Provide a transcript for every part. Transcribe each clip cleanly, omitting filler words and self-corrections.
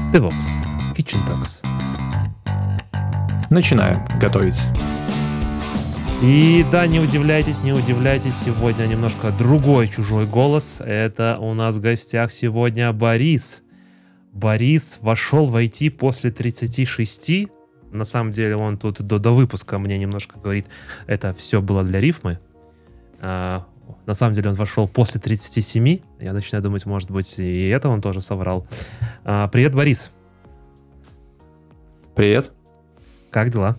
DevOps. Kitchen Talks. Начинаем готовить. И да, не удивляйтесь, сегодня немножко другой чужой голос. Это у нас в гостях сегодня Борис. Борис вошел в IT после 36. На самом деле он тут до выпуска мне немножко говорит, это все было для рифмы. На самом деле он вошел после 37. Я начинаю думать, может быть, и это он тоже соврал. Привет, Борис. Привет. Как дела?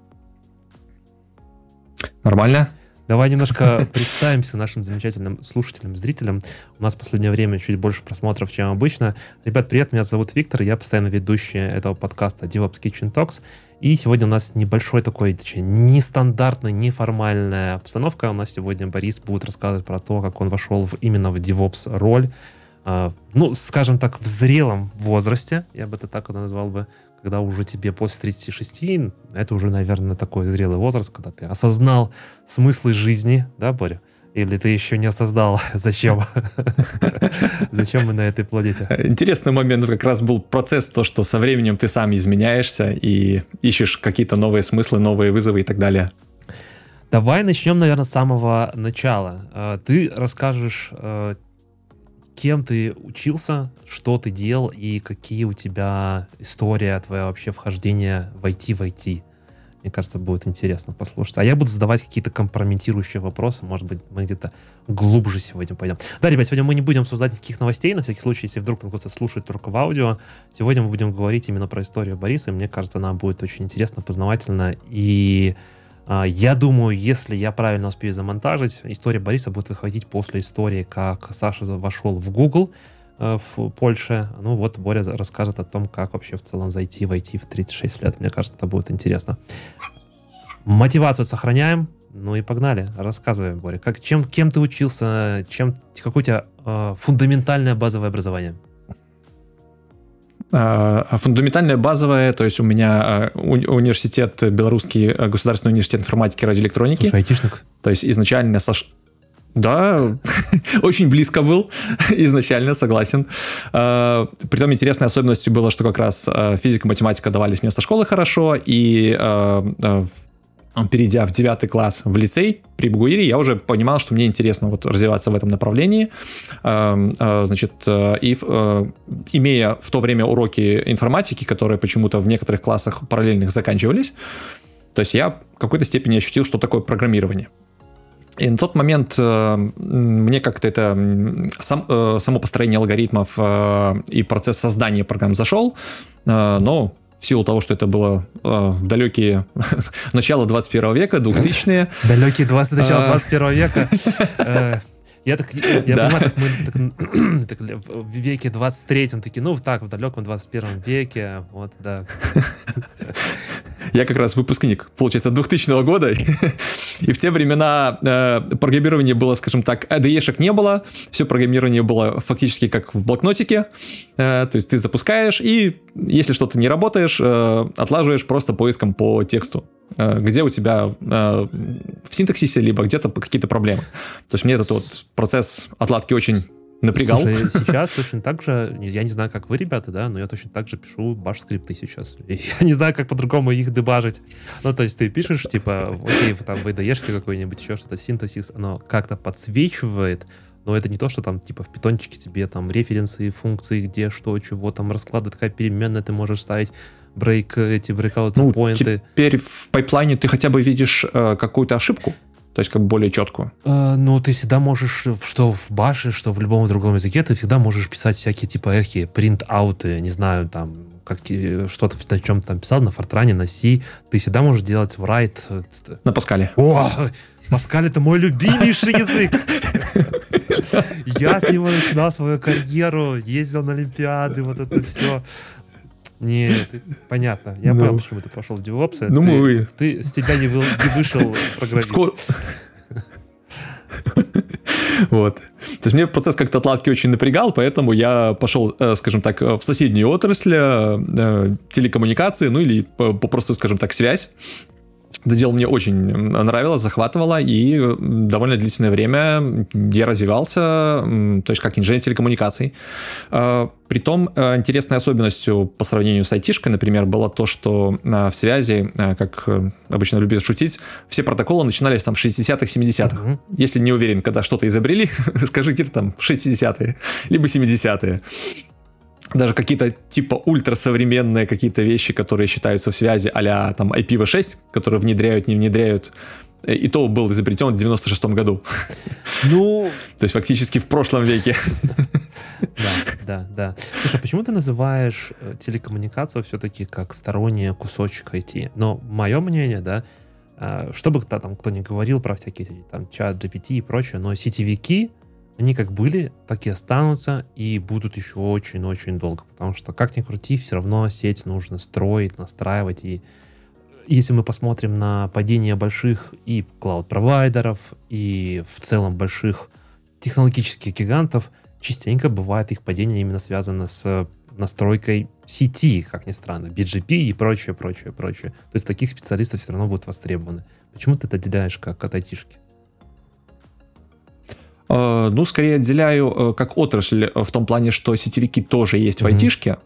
Нормально. Давай немножко представимся нашим замечательным слушателям, зрителям. У нас в последнее время чуть больше просмотров, чем обычно. Ребят, привет, меня зовут Виктор, я постоянно ведущий этого подкаста DevOps Kitchen Talks. И сегодня у нас небольшой такой, точнее, нестандартная, неформальная обстановка. У нас сегодня Борис будет рассказывать про то, как он вошел именно в DevOps роль. Скажем так, в зрелом возрасте, я бы это так назвал бы, когда уже тебе после 36, это уже, наверное, такой зрелый возраст, когда ты осознал смыслы жизни, да, Боря? Или ты еще не осознал, зачем? Зачем мы на этой планете? Интересный момент как раз был процесс, то, что со временем ты сам изменяешься и ищешь какие-то новые смыслы, новые вызовы и так далее. Давай начнем, наверное, с самого начала. Ты расскажешь, кем ты учился, что ты делал и какие у тебя история твоя вообще вхождения в IT. Мне кажется, будет интересно послушать. А я буду задавать какие-то компрометирующие вопросы. Может быть, мы где-то глубже сегодня пойдем. Да, ребят, сегодня мы не будем обсуждать никаких новостей. На всякий случай, если вдруг кто-то слушает только в аудио. Сегодня мы будем говорить именно про историю Бориса. И мне кажется, она будет очень интересна, познавательна. И я думаю, если я правильно успею замонтажить, история Бориса будет выходить после истории, как Саша вошел в Google в Польше. Ну вот, Боря расскажет о том, как вообще в целом зайти в IT в 36 лет. Мне кажется, это будет интересно. Мотивацию сохраняем. Ну и погнали. Рассказывай, Боря. Кем ты учился? Какое у тебя фундаментальное базовое образование? Фундаментальное базовое, то есть у меня университет, Белорусский государственный университет информатики и радиоэлектроники. Слушай, айтишник? То есть изначально... Да, очень близко был изначально, согласен. Притом интересной особенностью было, что как раз физика и математика давались мне со школы хорошо, и перейдя в 9 класс в лицей при БГУИРе, я уже понимал, что мне интересно вот развиваться в этом направлении. Значит, имея в то время уроки информатики, которые почему-то в некоторых классах параллельных заканчивались, то есть я в какой-то степени ощутил, что такое программирование. И на тот момент мне как-то это само построение алгоритмов и процесс создания программ зашел, но в силу того, что это было в далекие начало 21 века, 2000-е. Далекие начало 21 века. Я понимаю, так мы в веке 23-м такие, в далеком 21 веке, вот, да. Я как раз выпускник, получается, 2000 года, и в те времена программирование было, скажем так, IDE-шек не было, все программирование было фактически как в блокнотике, то есть ты запускаешь, и если что-то не работаешь, отлаживаешь просто поиском по тексту, где у тебя в синтаксисе, либо где-то какие-то проблемы. То есть мне этот вот процесс отладки очень напрягал. Слушай, сейчас точно так же, я не знаю, как вы, ребята, да, но я точно так же пишу баш-скрипты сейчас. И я не знаю, как по-другому их дебажить. Ну, то есть ты пишешь, типа, окей, там в IDE-шке какой-нибудь, еще что-то, синтаксис, оно как-то подсвечивает, но это не то, что там, типа, в питончике тебе там референсы, функции, где, что, чего, там раскладывать, такая переменная, ты можешь ставить брейкаут поинты. Теперь в пайплайне ты хотя бы видишь какую-то ошибку, то есть как бы более четкую. Ты всегда можешь, что в баше, что в любом другом языке, ты всегда можешь писать всякие типа принт-ауты, не знаю, там, что-то на чем-то там писал, на Fortran, на C, ты всегда можешь делать write. На Паскале. О, Паскаль — это мой любимейший язык. Я с него начинал свою карьеру, ездил на олимпиады, вот это все. Нет, понятно. Я понял, почему ты пошел в DevOps. Ты с тебя не вышел программист. Вот. То есть мне процесс как-то отладки очень напрягал, поэтому я пошел, скажем так, в соседнюю отрасль телекоммуникации, или попросту, скажем так, связь. Это дело мне очень нравилось, захватывало, и довольно длительное время я развивался, то есть как инженер телекоммуникаций. Притом интересной особенностью по сравнению с айтишкой, например, было то, что в связи, как обычно любят шутить, все протоколы начинались там в 60-х, 70-х. Если не уверен, когда что-то изобрели, скажите там 60-е, либо 70-е. Даже какие-то типа ультрасовременные какие-то вещи, которые считаются в связи а-ля там IPv6, которые внедряют, не внедряют, и то был изобретен в 96-м году. Ну... То есть фактически в прошлом веке. Да. Слушай, почему ты называешь телекоммуникацию все-таки как сторонний кусочек IT? Но мое мнение, да, что бы там кто ни говорил про всякие там чат, GPT и прочее, но сетевики, они как были, так и останутся, и будут еще очень-очень долго. Потому что, как ни крути, все равно сеть нужно строить, настраивать. И если мы посмотрим на падение больших и клауд-провайдеров, и в целом больших технологических гигантов, частенько бывает их падение именно связано с настройкой сети, как ни странно, BGP и прочее. То есть таких специалистов все равно будут востребованы. Почему ты это отделяешь как от айтишки? Ну, скорее отделяю как отрасль в том плане, что сетевики тоже есть в айтишке,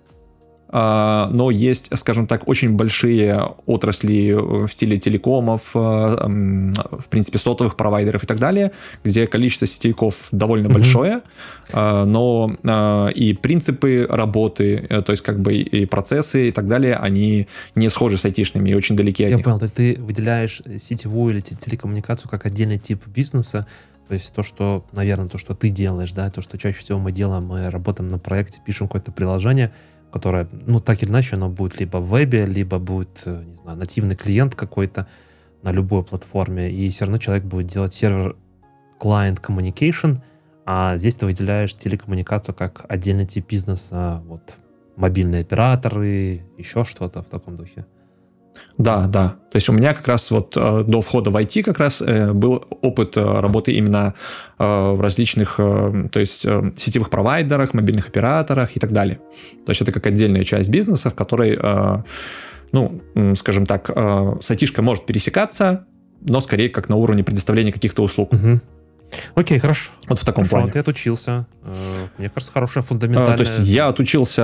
но есть, скажем так, очень большие отрасли в стиле телекомов, в принципе, сотовых провайдеров и так далее, где количество сетевиков довольно большое, но и принципы работы, то есть как бы и процессы и так далее, они не схожи с айтишными и очень далеки от них. Я понял, то есть ты выделяешь сетевую или телекоммуникацию как отдельный тип бизнеса, то есть то, что, наверное, то, что ты делаешь, да, то, что чаще всего мы делаем, мы работаем на проекте, пишем какое-то приложение, которое, ну, так или иначе, оно будет либо в вебе, либо будет, не знаю, нативный клиент какой-то на любой платформе, и все равно человек будет делать сервер-client communication, а здесь ты выделяешь телекоммуникацию как отдельный тип бизнеса, вот, мобильные операторы, еще что-то в таком духе. Да. То есть у меня как раз вот до входа в IT как раз был опыт работы именно в различных, то есть сетевых провайдерах, мобильных операторах и так далее. То есть это как отдельная часть бизнеса, в которой, ну, скажем так, с айтишкой может пересекаться, но скорее как на уровне предоставления каких-то услуг. Окей, хорошо. Вот в таком плане. Ты отучился. Мне кажется, хорошая фундаментальная... То есть я отучился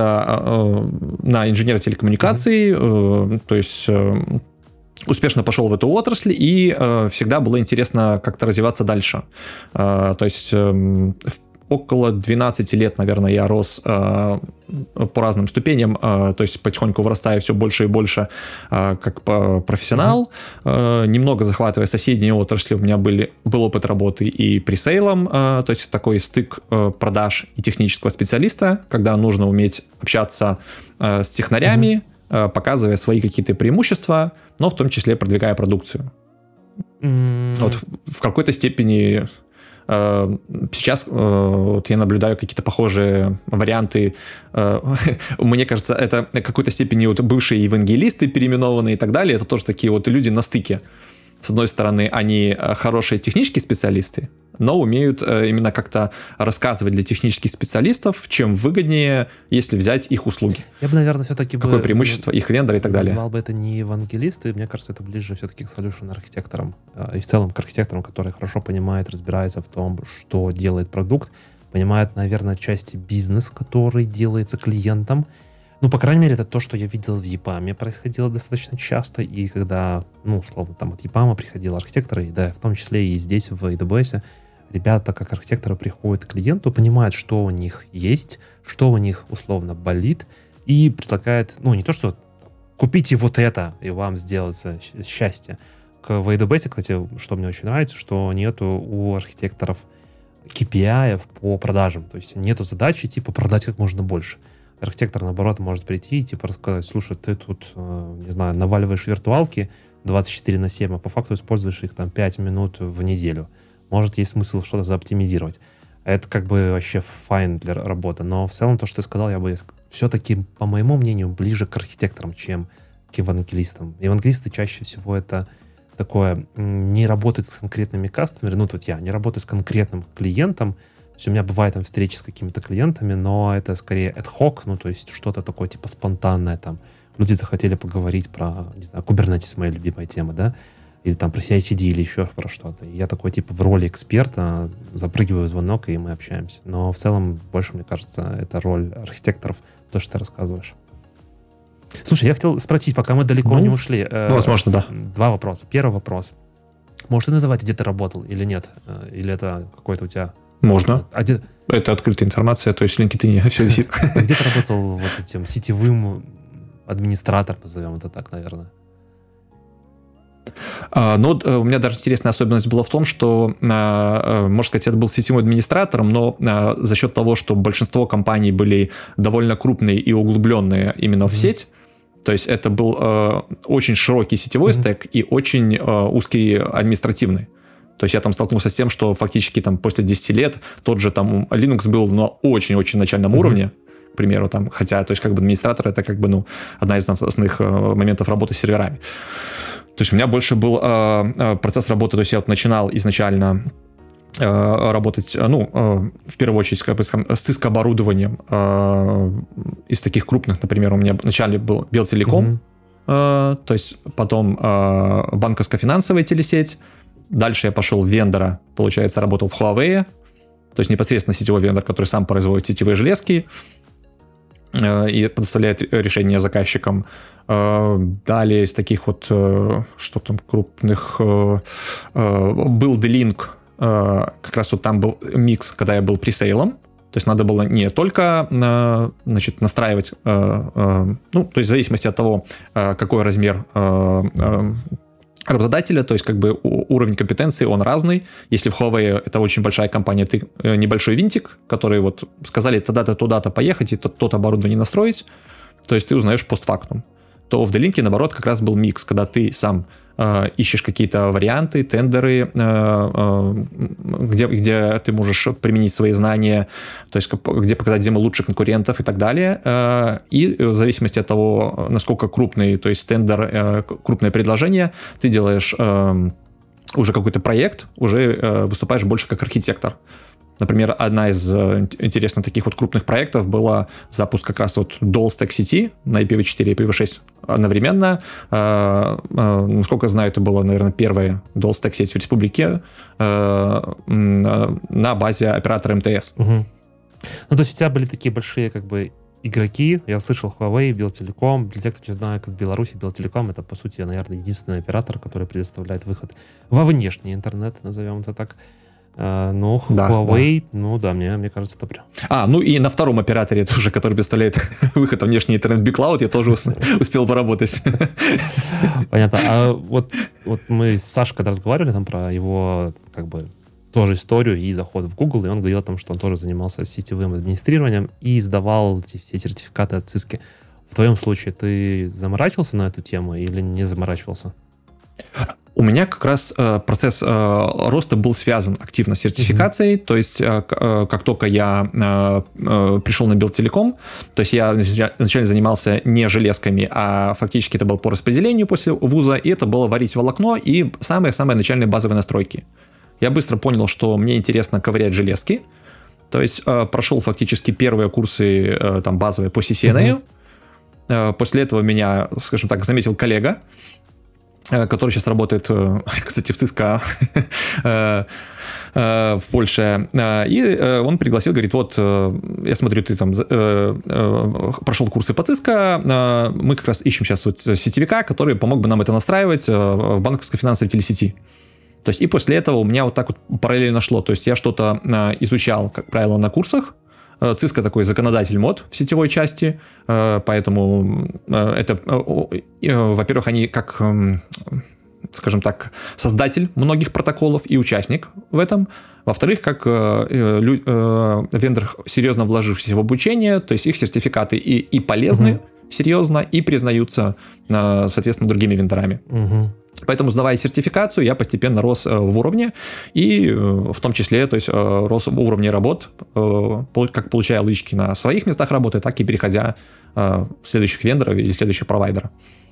на инженера телекоммуникаций, то есть успешно пошел в эту отрасль, и всегда было интересно как-то развиваться дальше. То есть около 12 лет, наверное, я рос по разным ступеням, то есть потихоньку вырастая все больше и больше как профессионал, немного захватывая соседние отрасли. У меня был опыт работы и пресейлом, то есть такой стык продаж и технического специалиста, когда нужно уметь общаться с технарями, показывая свои какие-то преимущества, но в том числе продвигая продукцию. Вот в какой-то степени... Сейчас вот я наблюдаю какие-то похожие варианты. Мне кажется, это в какой-то степени вот бывшие евангелисты переименованные и так далее. Это тоже такие вот люди на стыке. С одной стороны, они хорошие технические специалисты, но умеют именно как-то рассказывать для технических специалистов, чем выгоднее, если взять их услуги. Я бы, наверное, все-таки... Какое преимущество их вендора и так далее. Назвал бы это не евангелисты, мне кажется, это ближе все-таки к solution-архитекторам и в целом к архитекторам, которые хорошо понимают, разбираются в том, что делает продукт, понимают, наверное, части бизнеса, который делается клиентам. Ну, по крайней мере, это то, что я видел в EPAM. Происходило достаточно часто, и когда, ну, условно, там от EPAM приходили архитекторы, и, да, в том числе и здесь, в AWS, ребята, как архитекторы, приходят к клиенту, понимают, что у них есть, что у них, условно, болит, и предлагают, ну, не то, что купите вот это, и вам сделается счастье. В AWS, кстати, что мне очень нравится, что нету у архитекторов KPI по продажам, то есть нету задачи, типа, продать как можно больше. Архитектор, наоборот, может прийти и типа рассказать: слушай, ты тут, не знаю, наваливаешь виртуалки 24/7, а по факту используешь их там 5 минут в неделю. Может, есть смысл что-то заоптимизировать. Это как бы вообще файн для работы. Но в целом то, что ты сказал, я бы все-таки, по моему мнению, ближе к архитекторам, чем к евангелистам. Евангелисты чаще всего это такое, не работать с конкретными кастомерами, ну тут я не работаю с конкретным клиентом, есть у меня бывают там встречи с какими-то клиентами, но это скорее ad hoc, ну, то есть что-то такое типа спонтанное, там, люди захотели поговорить про, не знаю, Kubernetes, моя любимая тема, да, или там про CI/CD, или еще про что-то. И я такой, типа, в роли эксперта запрыгиваю в звонок, и мы общаемся. Но в целом, больше, мне кажется, это роль архитекторов, то, что ты рассказываешь. Слушай, я хотел спросить, пока мы далеко не ушли. Возможно, да. 2 вопроса. Первый вопрос. Можешь ты называть, где ты работал или нет? Или это какой-то у тебя... Можно. Это открытая информация, то есть в LinkedIn все висит. Где ты работал вот этим сетевым администратором, назовем это так, наверное? Но у меня даже интересная особенность была в том, что, можно сказать, это был сетевым администратором, но за счет того, что большинство компаний были довольно крупные и углубленные именно в сеть, то есть это был очень широкий сетевой стек и очень узкий административный. То есть я там столкнулся с тем, что фактически там после 10 лет тот же там Linux был на очень-очень начальном уровне, к примеру, там, хотя, то есть как бы администратор это как бы, ну, одна из основных моментов работы с серверами. То есть у меня больше был процесс работы, то есть я вот начинал изначально работать, ну, в первую очередь как бы с Cisco-оборудованием из таких крупных, например, у меня вначале был Белтелеком, то есть потом банковско-финансовая телесеть, дальше я пошел в вендора, получается, работал в Huawei, то есть непосредственно сетевой вендор, который сам производит сетевые железки и предоставляет решения заказчикам. Далее из таких вот, что там, крупных, был D-Link, как раз вот там был микс, когда я был пресейлом, то есть надо было не только, значит, настраивать, ну, то есть в зависимости от того, какой размер работодателя, то есть как бы уровень компетенции, он разный. Если в Huawei это очень большая компания, ты небольшой винтик, который вот сказали тогда-то, туда-то поехать и то-то оборудование настроить, то есть ты узнаешь постфактум. То в D-Link, наоборот, как раз был микс, когда ты сам ищешь какие-то варианты, тендеры, где ты можешь применить свои знания, то есть где показать, где мы лучше конкурентов и так далее. И в зависимости от того, насколько крупный, то есть тендер, крупное предложение, ты делаешь уже какой-то проект, уже выступаешь больше как архитектор. Например, одна из интересных таких вот крупных проектов была запуск как раз вот Dual Stack сети на IPv4 и IPv6 одновременно. Насколько я знаю, это была, наверное, первая Dual Stack сеть в республике на базе оператора МТС. Угу. Ну, то есть у тебя были такие большие как бы игроки. Я слышал Huawei, Белтелеком. Для тех, кто не знает, как в Беларуси, Белтелеком — это, по сути, наверное, единственный оператор, который предоставляет выход во внешний интернет, назовем это так. Ну, Huawei, да. Ну да, мне кажется, это прям... Ну и на втором операторе тоже, который представляет выход в внешний интернет BigCloud, я тоже успел поработать. Понятно. А вот мы с Сашей когда разговаривали там про его, как бы, тоже историю и заход в Google, и он говорил о том, что он тоже занимался сетевым администрированием и сдавал эти все сертификаты от Cisco. В твоем случае ты заморачивался на эту тему или не заморачивался? У меня как раз процесс роста был связан активно с сертификацией, то есть как только я пришел на Белтелеком, то есть я изначально занимался не железками, а фактически это было по распределению после вуза, и это было варить волокно и самые-самые начальные базовые настройки. Я быстро понял, что мне интересно ковырять железки, то есть прошел фактически первые курсы там базовые по CCNA, после этого меня, скажем так, заметил коллега, который сейчас работает, кстати, в Cisco в Польше, и он пригласил, говорит, вот, я смотрю, ты там прошел курсы по Cisco, мы как раз ищем сейчас вот сетевика, который помог бы нам это настраивать в банковской финансовой телесети. То есть и после этого у меня вот так вот параллельно шло, то есть я что-то изучал, как правило, на курсах. Cisco такой законодатель мод в сетевой части, поэтому это, во-первых, они как, скажем так, создатель многих протоколов и участник в этом. Во-вторых, как вендор, серьезно вложившийся в обучение, то есть их сертификаты и полезны серьезно, и признаются, соответственно, другими вендорами. Поэтому, сдавая сертификацию, я постепенно рос в уровне, и в том числе, то есть рос в уровне работ, как получая лычки на своих местах работы, так и переходя в следующих вендоров или следующих провайдера.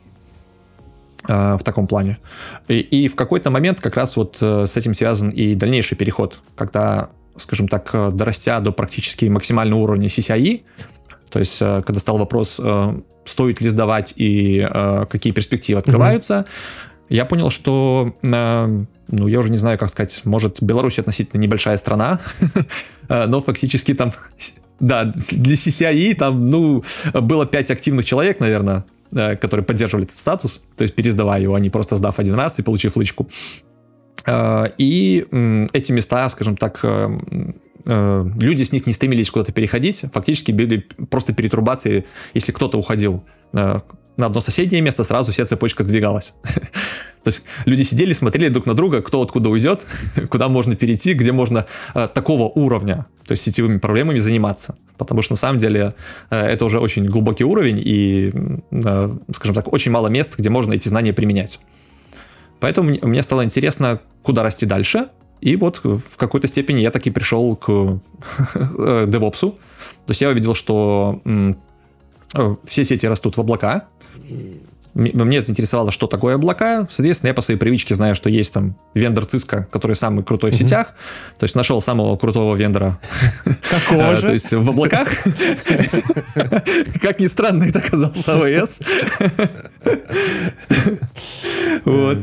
В таком плане. И в какой-то момент как раз вот с этим связан и дальнейший переход, когда скажем так, дорастя до практически максимального уровня CCIE, то есть когда стал вопрос, стоит ли сдавать и какие перспективы открываются, я понял, что, я уже не знаю, как сказать, может, Беларусь относительно небольшая страна, но фактически там, да, для CCIE там, было 5 активных человек, наверное, которые поддерживали этот статус, то есть пересдавая его, а не просто сдав один раз и получив лычку. И эти места, скажем так, люди с них не стремились куда-то переходить, фактически были просто перетрубации, если кто-то уходил на одно соседнее место, сразу вся цепочка сдвигалась. То есть люди сидели, смотрели друг на друга, кто откуда уйдет, куда можно перейти, где можно такого уровня, то есть сетевыми проблемами заниматься. Потому что на самом деле это уже очень глубокий уровень и, скажем так, очень мало мест, где можно эти знания применять. Поэтому мне стало интересно, куда расти дальше. И вот в какой-то степени я таки пришел к DevOps. То есть я увидел, что все сети растут в облака. Мне заинтересовало, что такое облака. Соответственно, я по своей привычке знаю, что есть там вендор Cisco, который самый крутой в сетях. То есть нашел самого крутого вендора. Какого же? То есть в облаках. Как ни странно, это оказался AWS. Вот.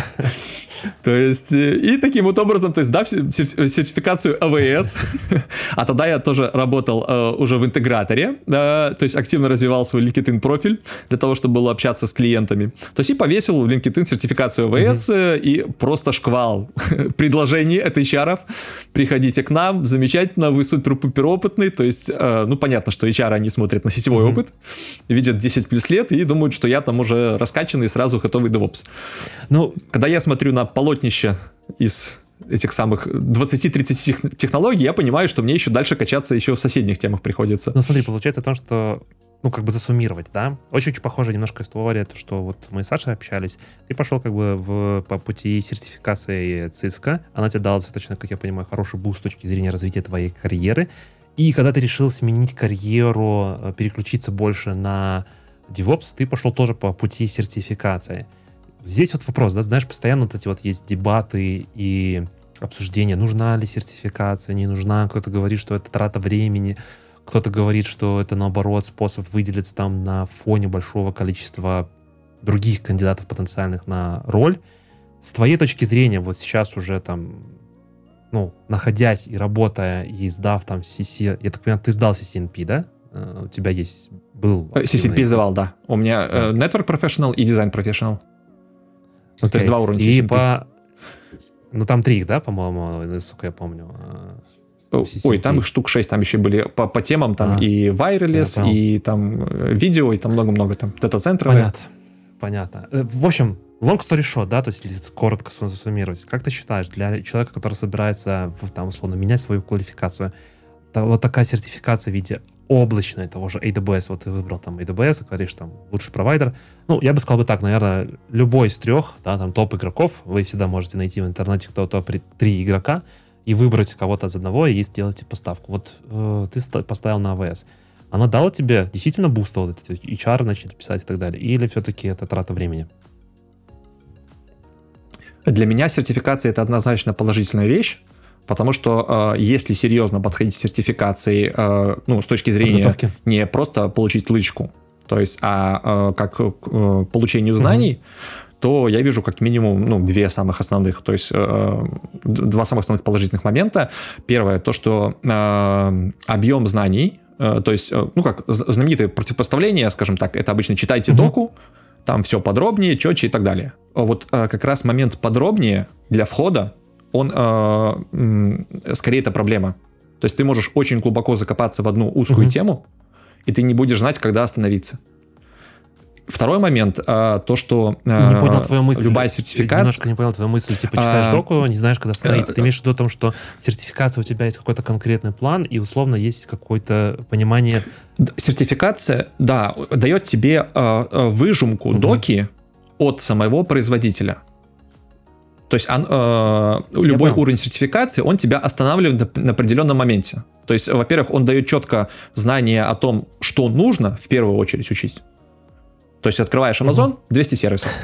То есть, и таким вот образом, то есть, дав сертификацию AWS, а тогда я тоже работал уже в интеграторе, то есть активно развивал свой LinkedIn профиль для того, чтобы было общаться с клиентами. То есть и повесил в LinkedIn сертификацию AWS, и просто шквал предложений от HR-ов. Приходите к нам, замечательно, вы супер-пупер опытный. То есть, понятно, что HR, они смотрят на сетевой опыт, видят 10 плюс лет и думают, что я там уже раскачанный, сразу готовый DevOps. Когда я смотрю на полотнище из этих самых 20-30 технологий, я понимаю, что мне еще дальше качаться еще в соседних темах приходится. Смотри, получается в том, что засуммировать, да? Очень-очень похожая немножко история, то, что вот мы с Сашей общались, ты пошел по пути сертификации Cisco, она тебе дала достаточно, как я понимаю, хороший буст с точки зрения развития твоей карьеры, и когда ты решил сменить карьеру, переключиться больше на DevOps, ты пошел тоже по пути сертификации. Здесь вот вопрос, да, знаешь, постоянно вот эти вот есть дебаты и обсуждения, нужна ли сертификация, не нужна, кто-то говорит, что это трата времени, кто-то говорит, что это, наоборот, способ выделиться там на фоне большого количества других кандидатов потенциальных на роль. С твоей точки зрения, вот сейчас уже там, находясь и работая, и сдав там CC, я так понимаю, ты сдал CCNP, да? У тебя был... CCNP сдавал, да. У меня Network Professional и Design Professional. Okay. То есть 2 уровня CCNP. Там 3 их, да, по-моему, насколько я помню. Ой, там их штук 6, там еще были по темам, там и wireless, и там видео, и там много-много там дата-центров. Понятно. В общем, long story short, да, то есть если коротко суммировать, как ты считаешь, для человека, который собирается, условно, менять свою квалификацию, вот такая сертификация в виде облачной того же AWS, вот ты выбрал там AWS, говоришь, там, лучший провайдер, я бы сказал бы так, наверное, любой из 3, да, там, топ-игроков, вы всегда можете найти в интернете, кто топ-3 игрока, и выбрать кого-то из одного и сделать поставку. Вот ты поставил на AWS. Она дала тебе действительно буст, вот эти HR начали писать и так далее? Или все-таки это трата времени? Для меня сертификация — это однозначно положительная вещь, потому что если серьезно подходить к сертификации, с точки зрения не просто получить лычку, то есть, как к получению знаний, то я вижу как минимум 2 самых основных, то есть 2 самых основных положительных момента. Первое, то, что объем знаний, то есть, как знаменитое противопоставление, скажем так, это обычно читайте доку, там все подробнее, четче и так далее. Вот как раз момент подробнее для входа, он скорее это проблема. То есть ты можешь очень глубоко закопаться в одну узкую тему, и ты не будешь знать, когда остановиться. Второй момент, то, что не понял твою мысль. Любая сертификация... Немножко не понял твою мысль. Типа читаешь доку, не знаешь, когда остановиться. Ты имеешь в виду о том, что сертификация у тебя есть какой-то конкретный план, и условно есть какое-то понимание... Сертификация, да, дает тебе выжимку доки от самого производителя. То есть любой уровень сертификации, он тебя останавливает на определенном моменте. То есть, во-первых, он дает четко знание о том, что нужно в первую очередь учить. То есть открываешь Amazon, 200 сервисов.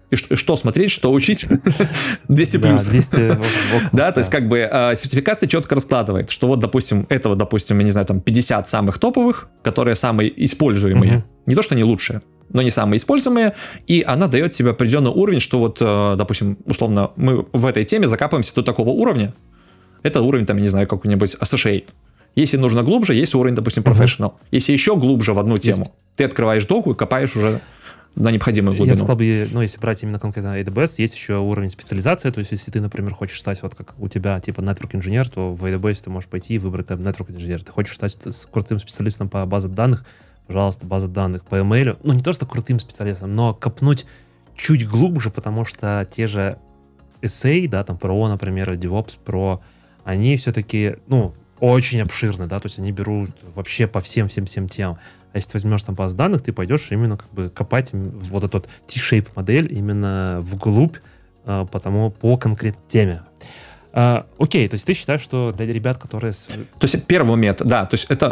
И что смотреть, что учить. 200 плюс. 200 Да, то есть как бы сертификация четко раскладывает, что вот, допустим, я не знаю, там 50 самых топовых, которые самые используемые. Не то, что они лучшие, но не самые используемые, и она дает тебе определенный уровень, что вот, допустим, условно, мы в этой теме закапываемся до такого уровня. Это уровень, там, я не знаю, какой-нибудь associate. Если нужно глубже, есть уровень, допустим, professional. Если еще глубже в одну тему, ты открываешь доку и копаешь уже на необходимую глубину. Я бы сказал, если брать именно конкретно AWS, есть еще уровень специализации, то есть если ты, например, хочешь стать, вот как у тебя, типа, network инженер, то в AWS ты можешь пойти и выбрать там network инженер. Ты хочешь стать крутым специалистом по базам данных, пожалуйста, база данных по email. Ну, не то, что крутым специалистом, но копнуть чуть глубже, потому что те же SA, да, там Pro, например, DevOps Pro, они все-таки, очень обширны, да, то есть они берут вообще по всем темам. А если ты возьмешь там базу данных, ты пойдешь именно как бы копать вот эту T-shape модель именно вглубь, по конкретной теме. Окей, то есть ты считаешь, что для ребят, которые... То есть первый момент, да, то есть это,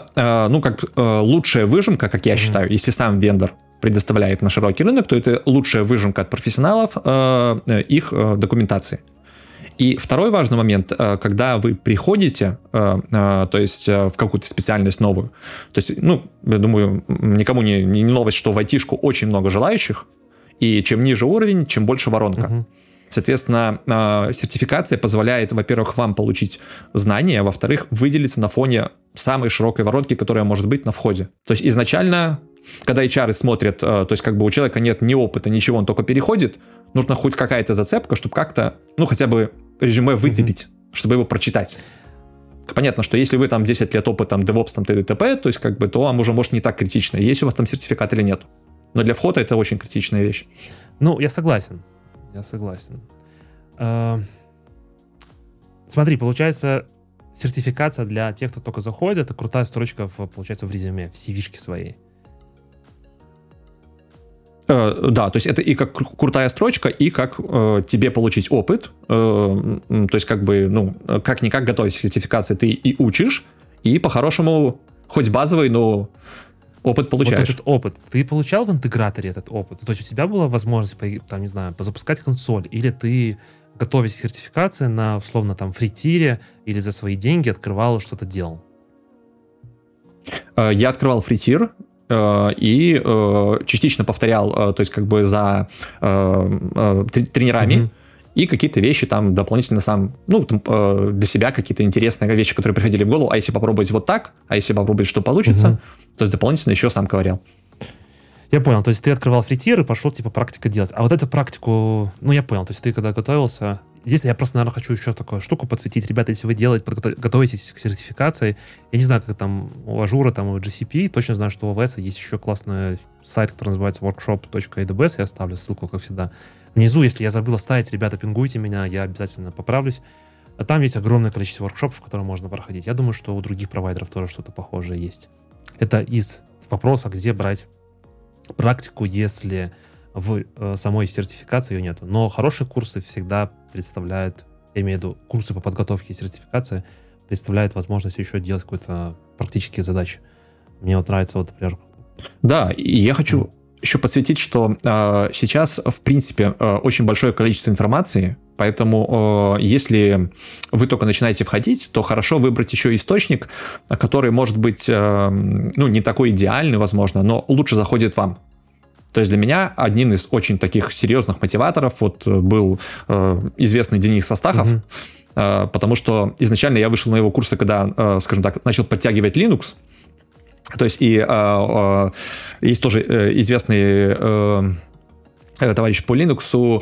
лучшая выжимка, как я считаю, если сам вендор предоставляет на широкий рынок, то это лучшая выжимка от профессионалов их документации. И второй важный момент, когда вы приходите, то есть в какую-то специальность новую, то есть, я думаю, никому не новость, что в айтишку очень много желающих, и чем ниже уровень, чем больше воронка. Соответственно, сертификация позволяет, во-первых, вам получить знания, а во-вторых, выделиться на фоне самой широкой воронки, которая может быть на входе. То есть изначально, когда HR смотрят, то есть как бы у человека нет ни опыта, ничего, он только переходит, нужно хоть какая-то зацепка, чтобы как-то, хотя бы резюме выцепить, чтобы его прочитать. Понятно, что если вы там 10 лет опыта DevOps, т.д. то есть как бы, то вам уже может не так критично, есть у вас там сертификат или нет. Но для входа это очень критичная вещь. Я согласен. Смотри, получается, сертификация для тех, кто только заходит, это крутая строчка, получается, в резюме, в CV-шке своей. Да, то есть это и как крутая строчка, и как тебе получить опыт. То есть как бы, как-никак готовить к сертификации ты и учишь, и по-хорошему, хоть базовый, но опыт получаешь. Вот этот опыт. Ты получал в интеграторе этот опыт? То есть у тебя была возможность, там, не знаю, позапускать консоль, или ты, готовясь к сертификации на, условно, там, фритире или за свои деньги открывал и что-то делал? Я открывал фритир, и частично повторял, то есть как бы за тренерами, и какие-то вещи там дополнительно сам, для себя какие-то интересные вещи, которые приходили в голову, а если попробовать вот так, а если попробовать, что получится, то есть дополнительно еще сам ковырял. Я понял, то есть ты открывал фритир и пошел типа практика делать. А вот эту практику, я понял, то есть ты когда готовился... Здесь я просто, наверное, хочу еще такую штуку подсветить. Ребята, если вы готовитесь к сертификации, я не знаю, как там у Ажура, там у GCP, точно знаю, что у AWS есть еще классный сайт, который называется workshop.aws, я оставлю ссылку, как всегда. Внизу, если я забыл оставить, ребята, пингуйте меня, я обязательно поправлюсь. А там есть огромное количество воркшопов, которые можно проходить. Я думаю, что у других провайдеров тоже что-то похожее есть. Это из вопроса, где брать практику, если в самой сертификации ее нету. Но хорошие курсы всегда представляют, я имею в виду курсы по подготовке и сертификации, представляют возможность еще делать какие-то практические задачи. Мне вот нравится, вот, например... Да, и я хочу еще подсветить, что сейчас, в принципе, очень большое количество информации, поэтому если вы только начинаете входить, то хорошо выбрать еще источник, который может быть, не такой идеальный, возможно, но лучше заходит вам. То есть для меня один из очень таких серьезных мотиваторов был известный Денис Астахов, потому что изначально я вышел на его курсы, когда, скажем так, начал подтягивать Linux. То есть и есть тоже известный товарищ по Linux.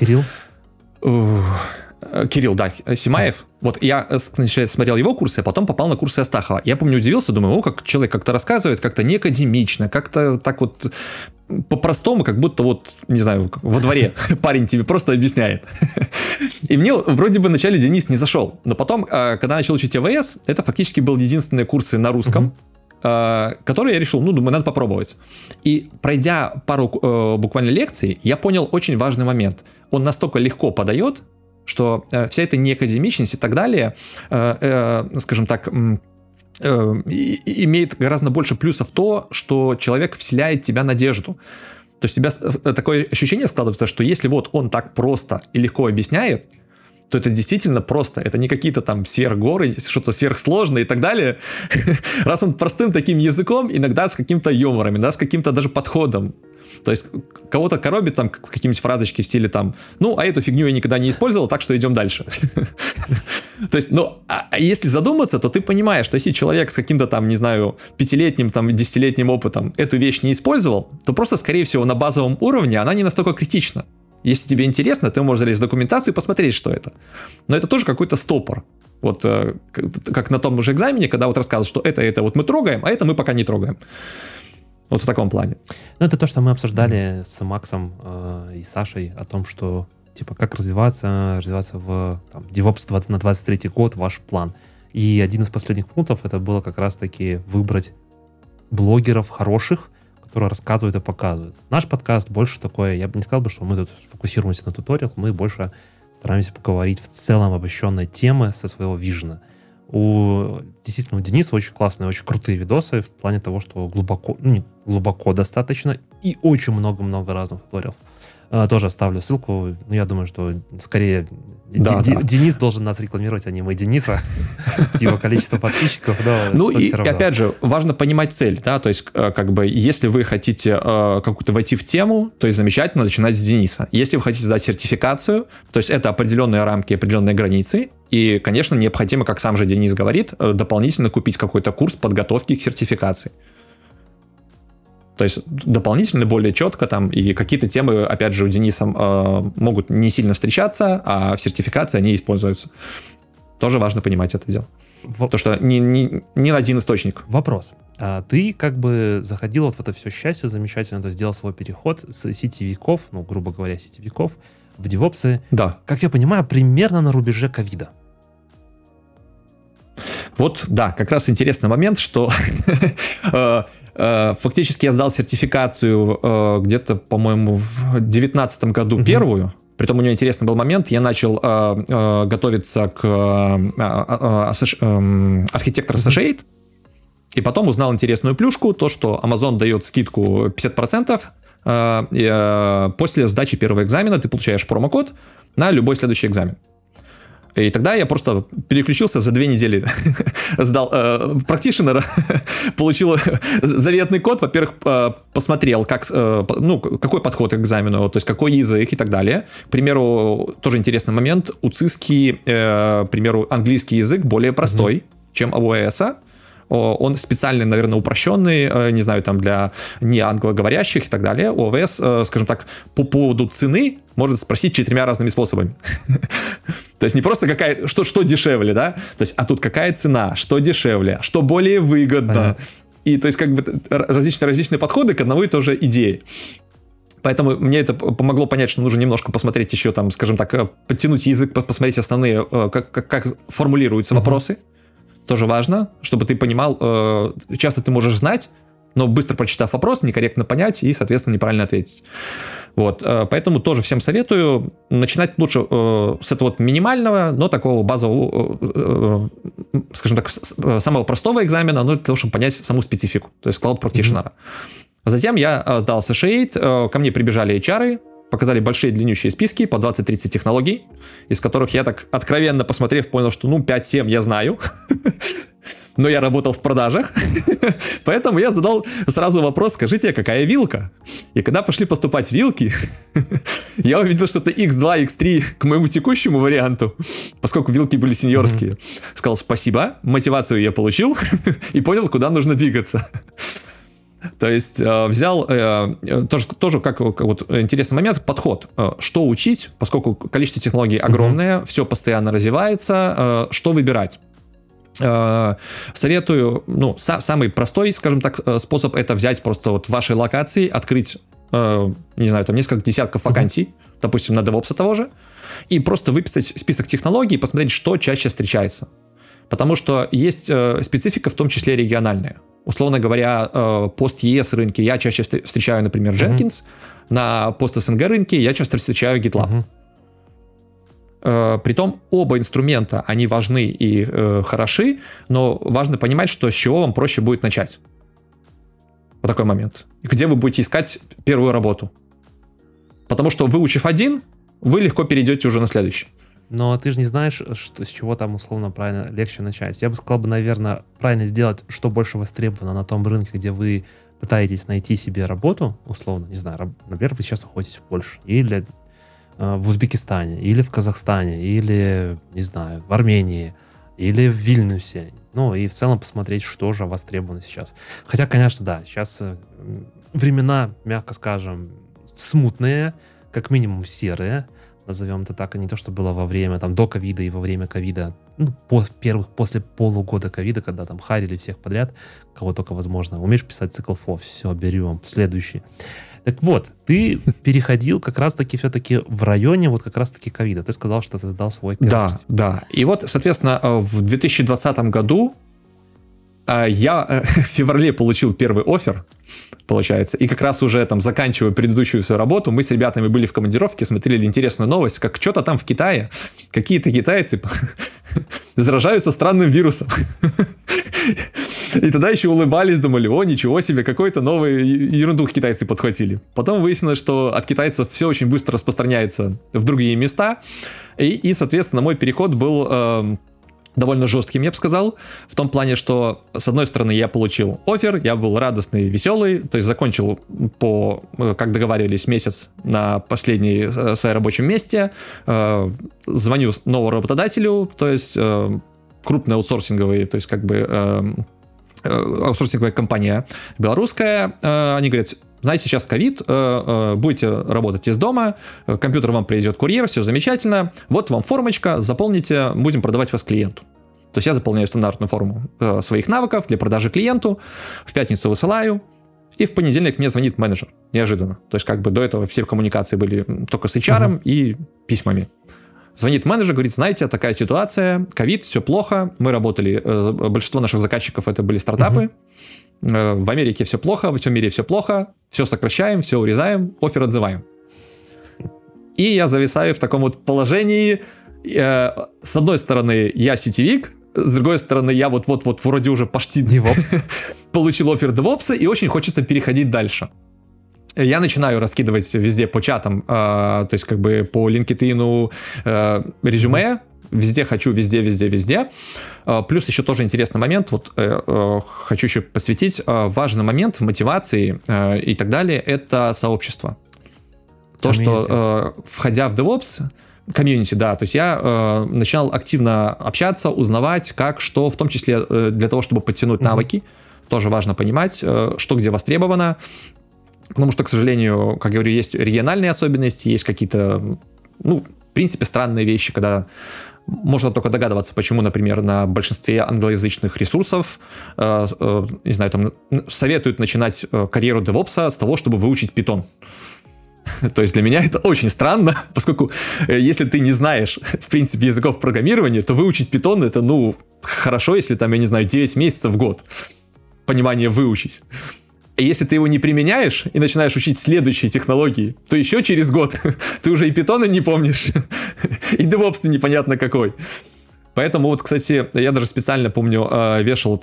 Кирилл, да, Симаев. Вот я сначала смотрел его курсы, а потом попал на курсы Астахова. Я помню, удивился, думаю, как человек как-то рассказывает, как-то не академично, как-то так вот по-простому, как будто не знаю, во дворе парень тебе просто объясняет. И мне вроде бы вначале Денис не зашел, но потом, когда начал учить АВС, это фактически был единственные курсы на русском, которые я решил, думаю, надо попробовать. И пройдя пару буквально лекций, я понял очень важный момент. Он настолько легко подает, что вся эта неакадемичность и так далее, скажем так, имеет гораздо больше плюсов то, что человек вселяет в тебя надежду. То То есть у тебя такое ощущение складывается, что если вот он так просто и легко объясняет, то это действительно просто. Это не какие-то там сверхгоры, что-то сверхсложное и так далее. Раз он простым таким языком, иногда с каким-то юмором, иногда с каким-то даже подходом. То есть кого-то коробит там какие-нибудь фразочки в стиле там, ну, а эту фигню я никогда не использовал, так что идем дальше. То есть, ну, а если задуматься, то ты понимаешь, что если человек с каким-то там, не знаю, 5-летним, там, 10-летним опытом эту вещь не использовал, то просто, скорее всего, на базовом уровне она не настолько критична. Если тебе интересно, ты можешь залезть в документацию и посмотреть, что это. Но это тоже какой-то стопор. Вот как на том же экзамене, когда вот рассказывают, что это вот мы трогаем, а это мы пока не трогаем. Вот в таком плане. Ну, это то, что мы обсуждали с Максом и Сашей о том, что, типа, как развиваться в там, DevOps на 23-й год, ваш план. И один из последних пунктов, это было как раз-таки выбрать блогеров хороших, которые рассказывают и показывают. Наш подкаст больше такое, я бы не сказал, что мы тут фокусируемся на туториалах, мы больше стараемся поговорить в целом обобщенной темы со своего вижена. Действительно, у Дениса очень классные, очень крутые видосы в плане того, что глубоко достаточно и очень много-много разных туториалов. Тоже оставлю ссылку. Я думаю, что скорее Денис должен нас рекламировать, а не мы Дениса с его количеством подписчиков. Ну и опять же, важно понимать цель. Да? То есть, как бы, если вы хотите какую-то войти в тему, то есть замечательно начинать с Дениса. Если вы хотите сдать сертификацию, то есть это определенные рамки, определенные границы. И, конечно, необходимо, как сам же Денис говорит, дополнительно купить какой-то курс подготовки к сертификации. То есть дополнительно, более четко там, и какие-то темы, опять же, у Дениса могут не сильно встречаться, а в сертификации они используются. Тоже важно понимать это дело. То, что не один источник. Вопрос. Ты как бы заходил вот в это все счастье замечательно, то есть сделал свой переход с сетевиков, ну, грубо говоря, сетевиков в девопсы. Да. Как я понимаю, примерно на рубеже ковида. Вот, да, как раз интересный момент, что фактически я сдал сертификацию где-то, по-моему, в 2019 году первую. Притом у меня интересный был момент. Я начал готовиться к архитектор Associate. И потом узнал интересную плюшку, то, что Amazon дает скидку 50%. После сдачи первого экзамена ты получаешь промокод на любой следующий экзамен. И тогда я просто переключился за 2 недели, сдал практишенера, получил заветный код, во-первых, посмотрел, какой подход к экзамену, то есть какой язык и так далее. К примеру, тоже интересный момент, у ЦИСКи, к примеру, английский язык более простой, чем у ОЭСа. Он специально, наверное, упрощенный, не знаю, там для не англоговорящих и так далее. ОВС, скажем так, по поводу цены можно спросить 4 разными способами. То есть не просто что дешевле, да? То есть, а тут какая цена, что дешевле, что более выгодно. И то есть как бы различные подходы к одной и той же идее. Поэтому мне это помогло понять, что нужно немножко посмотреть еще там, скажем так, подтянуть язык, посмотреть основные, как формулируются вопросы. Тоже важно, чтобы ты понимал, часто ты можешь знать, но быстро прочитав вопрос, некорректно понять и, соответственно, неправильно ответить. Вот, поэтому тоже всем советую начинать лучше с этого вот минимального, но такого базового, скажем так, самого простого экзамена, но для того, чтобы понять саму специфику, то есть Cloud Practitioner. Затем я сдал Associate, ко мне прибежали HR, показали большие длиннющие списки по 20-30 технологий, из которых я так откровенно посмотрев, понял, что 5-7 я знаю, но я работал в продажах, поэтому я задал сразу вопрос: скажите, какая вилка? И когда пошли поступать вилки, я увидел, что это X2, X3 к моему текущему варианту, поскольку вилки были сеньорские. Сказал спасибо, мотивацию я получил и понял, куда нужно двигаться. То есть взял тоже как вот интересный момент, подход. Что учить, поскольку количество технологий огромное, все постоянно развивается, что выбирать. Советую, самый простой, скажем так, способ — это взять просто вот в вашей локации, открыть, не знаю, там несколько десятков вакансий, допустим, на DevOps того же, и просто выписать список технологий и посмотреть, что чаще встречается. Потому что есть специфика, в том числе региональная. Условно говоря, пост-ЕС рынке я чаще встречаю, например, Jenkins, на пост-СНГ рынке я часто встречаю GitLab. Притом оба инструмента, они важны и хороши, но важно понимать, что с чего вам проще будет начать. Вот такой момент. Где вы будете искать первую работу. Потому что, выучив один, вы легко перейдете уже на следующий. Но ты же не знаешь, с чего там условно правильно легче начать. Я бы сказал, наверное, правильно сделать, что больше востребовано на том рынке, где вы пытаетесь найти себе работу, условно, не знаю, например, вы сейчас находитесь в Польше, или в Узбекистане, или в Казахстане, или, не знаю, в Армении, или в Вильнюсе. Ну, и в целом посмотреть, что же востребовано сейчас. Хотя, конечно, да, сейчас времена, мягко скажем, смутные, как минимум серые, назовем это так, а не то, что было во время, там, до ковида и во время ковида, ну, после полугода ковида, когда там харили всех подряд, кого только возможно. Умеешь писать цикл ФО, все, берем, следующий. Так вот, ты переходил как раз-таки все-таки в районе вот как раз-таки ковида. Ты сказал, что ты сдал свой первый сертификат. Да. И вот, соответственно, в 2020 году я в феврале получил первый оффер, получается, и как раз уже там заканчивая предыдущую свою работу, мы с ребятами были в командировке, смотрели интересную новость, как что-то там в Китае, какие-то китайцы заражаются странным вирусом. И тогда еще улыбались, думали, о, ничего себе, какой-то новый ерунду китайцы подхватили. Потом выяснилось, что от китайцев все очень быстро распространяется в другие места, и соответственно, мой переход был довольно жестким, я бы сказал, в том плане, что, с одной стороны, я получил оффер, я был радостный, веселый, то есть закончил как договаривались, месяц на последней своей рабочем месте, звоню новому работодателю, то есть крупный аутсорсинговый, то есть как бы аутсорсинговая компания белорусская, они говорят, знаете, сейчас ковид, будете работать из дома, компьютер вам привезет курьер, все замечательно, вот вам формочка, заполните, будем продавать вас клиенту. То есть я заполняю стандартную форму своих навыков для продажи клиенту, в пятницу высылаю, и в понедельник мне звонит менеджер, неожиданно. То есть как бы до этого все коммуникации были только с HR и письмами. Звонит менеджер, говорит, знаете, такая ситуация, ковид, все плохо, мы работали, большинство наших заказчиков это были стартапы, в Америке все плохо, во всем мире все плохо, все сокращаем, все урезаем, оффер отзываем. И я зависаю в таком вот положении, с одной стороны, я сетевик, с другой стороны, я вот вроде уже почти получил оффер DevOps, и очень хочется переходить дальше. Я начинаю раскидывать везде по чатам, то есть как бы по LinkedIn резюме, везде хочу, везде. Плюс еще тоже интересный момент, вот хочу еще посвятить, важный момент в мотивации и так далее, это сообщество. То, что входя в DevOps, комьюнити, да, то есть я начинал активно общаться, узнавать, как, что, в том числе для того, чтобы подтянуть навыки, тоже важно понимать, что где востребовано, потому что, к сожалению, как я говорю, есть региональные особенности, есть какие-то, в принципе, странные вещи, когда можно только догадываться, почему, например, на большинстве англоязычных ресурсов, не знаю, там советуют начинать карьеру DevOps с того, чтобы выучить Python. То есть для меня это очень странно, поскольку если ты не знаешь, в принципе, языков программирования, то выучить Python это, хорошо, если там, я не знаю, 9 месяцев в год понимание выучить. И если ты его не применяешь и начинаешь учить следующие технологии, то еще через год ты уже и Python не помнишь, и DevOps непонятно какой. Поэтому вот, кстати, я даже специально, помню, вешал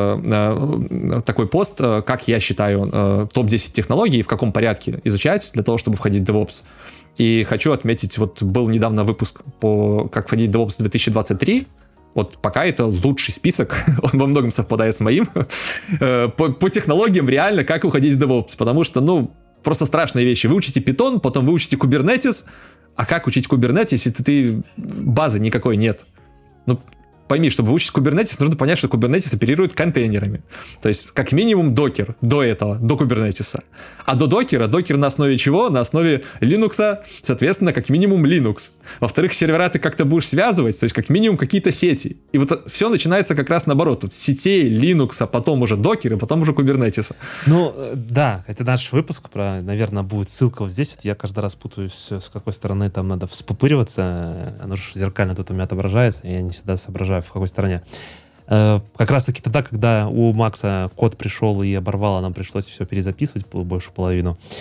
такой пост, как я считаю топ-10 технологий, в каком порядке изучать для того, чтобы входить в DevOps. И хочу отметить, вот был недавно выпуск по «Как входить в DevOps 2023», вот пока это лучший список, он во многом совпадает с моим, по технологиям реально, как уходить в DevOps, потому что, просто страшные вещи. Вы учите Python, потом вы учите Kubernetes, а как учить Kubernetes, если ты базы никакой нет? Пойми, чтобы выучить Kubernetes, нужно понять, что Kubernetes оперирует контейнерами. То есть, как минимум, докер до этого, до Kubernetes. А до докера на основе чего? На основе Linux, соответственно, как минимум Linux. Во-вторых, сервера ты как-то будешь связывать, то есть, как минимум, какие-то сети. И вот все начинается как раз наоборот. Тут сетей, Linux, потом уже докер, и потом уже Kubernetes. Да, это наш выпуск, наверное, будет ссылка вот здесь. Я каждый раз путаюсь, с какой стороны там надо вспупыриваться. Оно же зеркально тут у меня отображается, и я не всегда соображаю, в какой стороне. Как раз таки тогда, когда у Макса код пришел и оборвало, нам пришлось все перезаписывать, большую половину.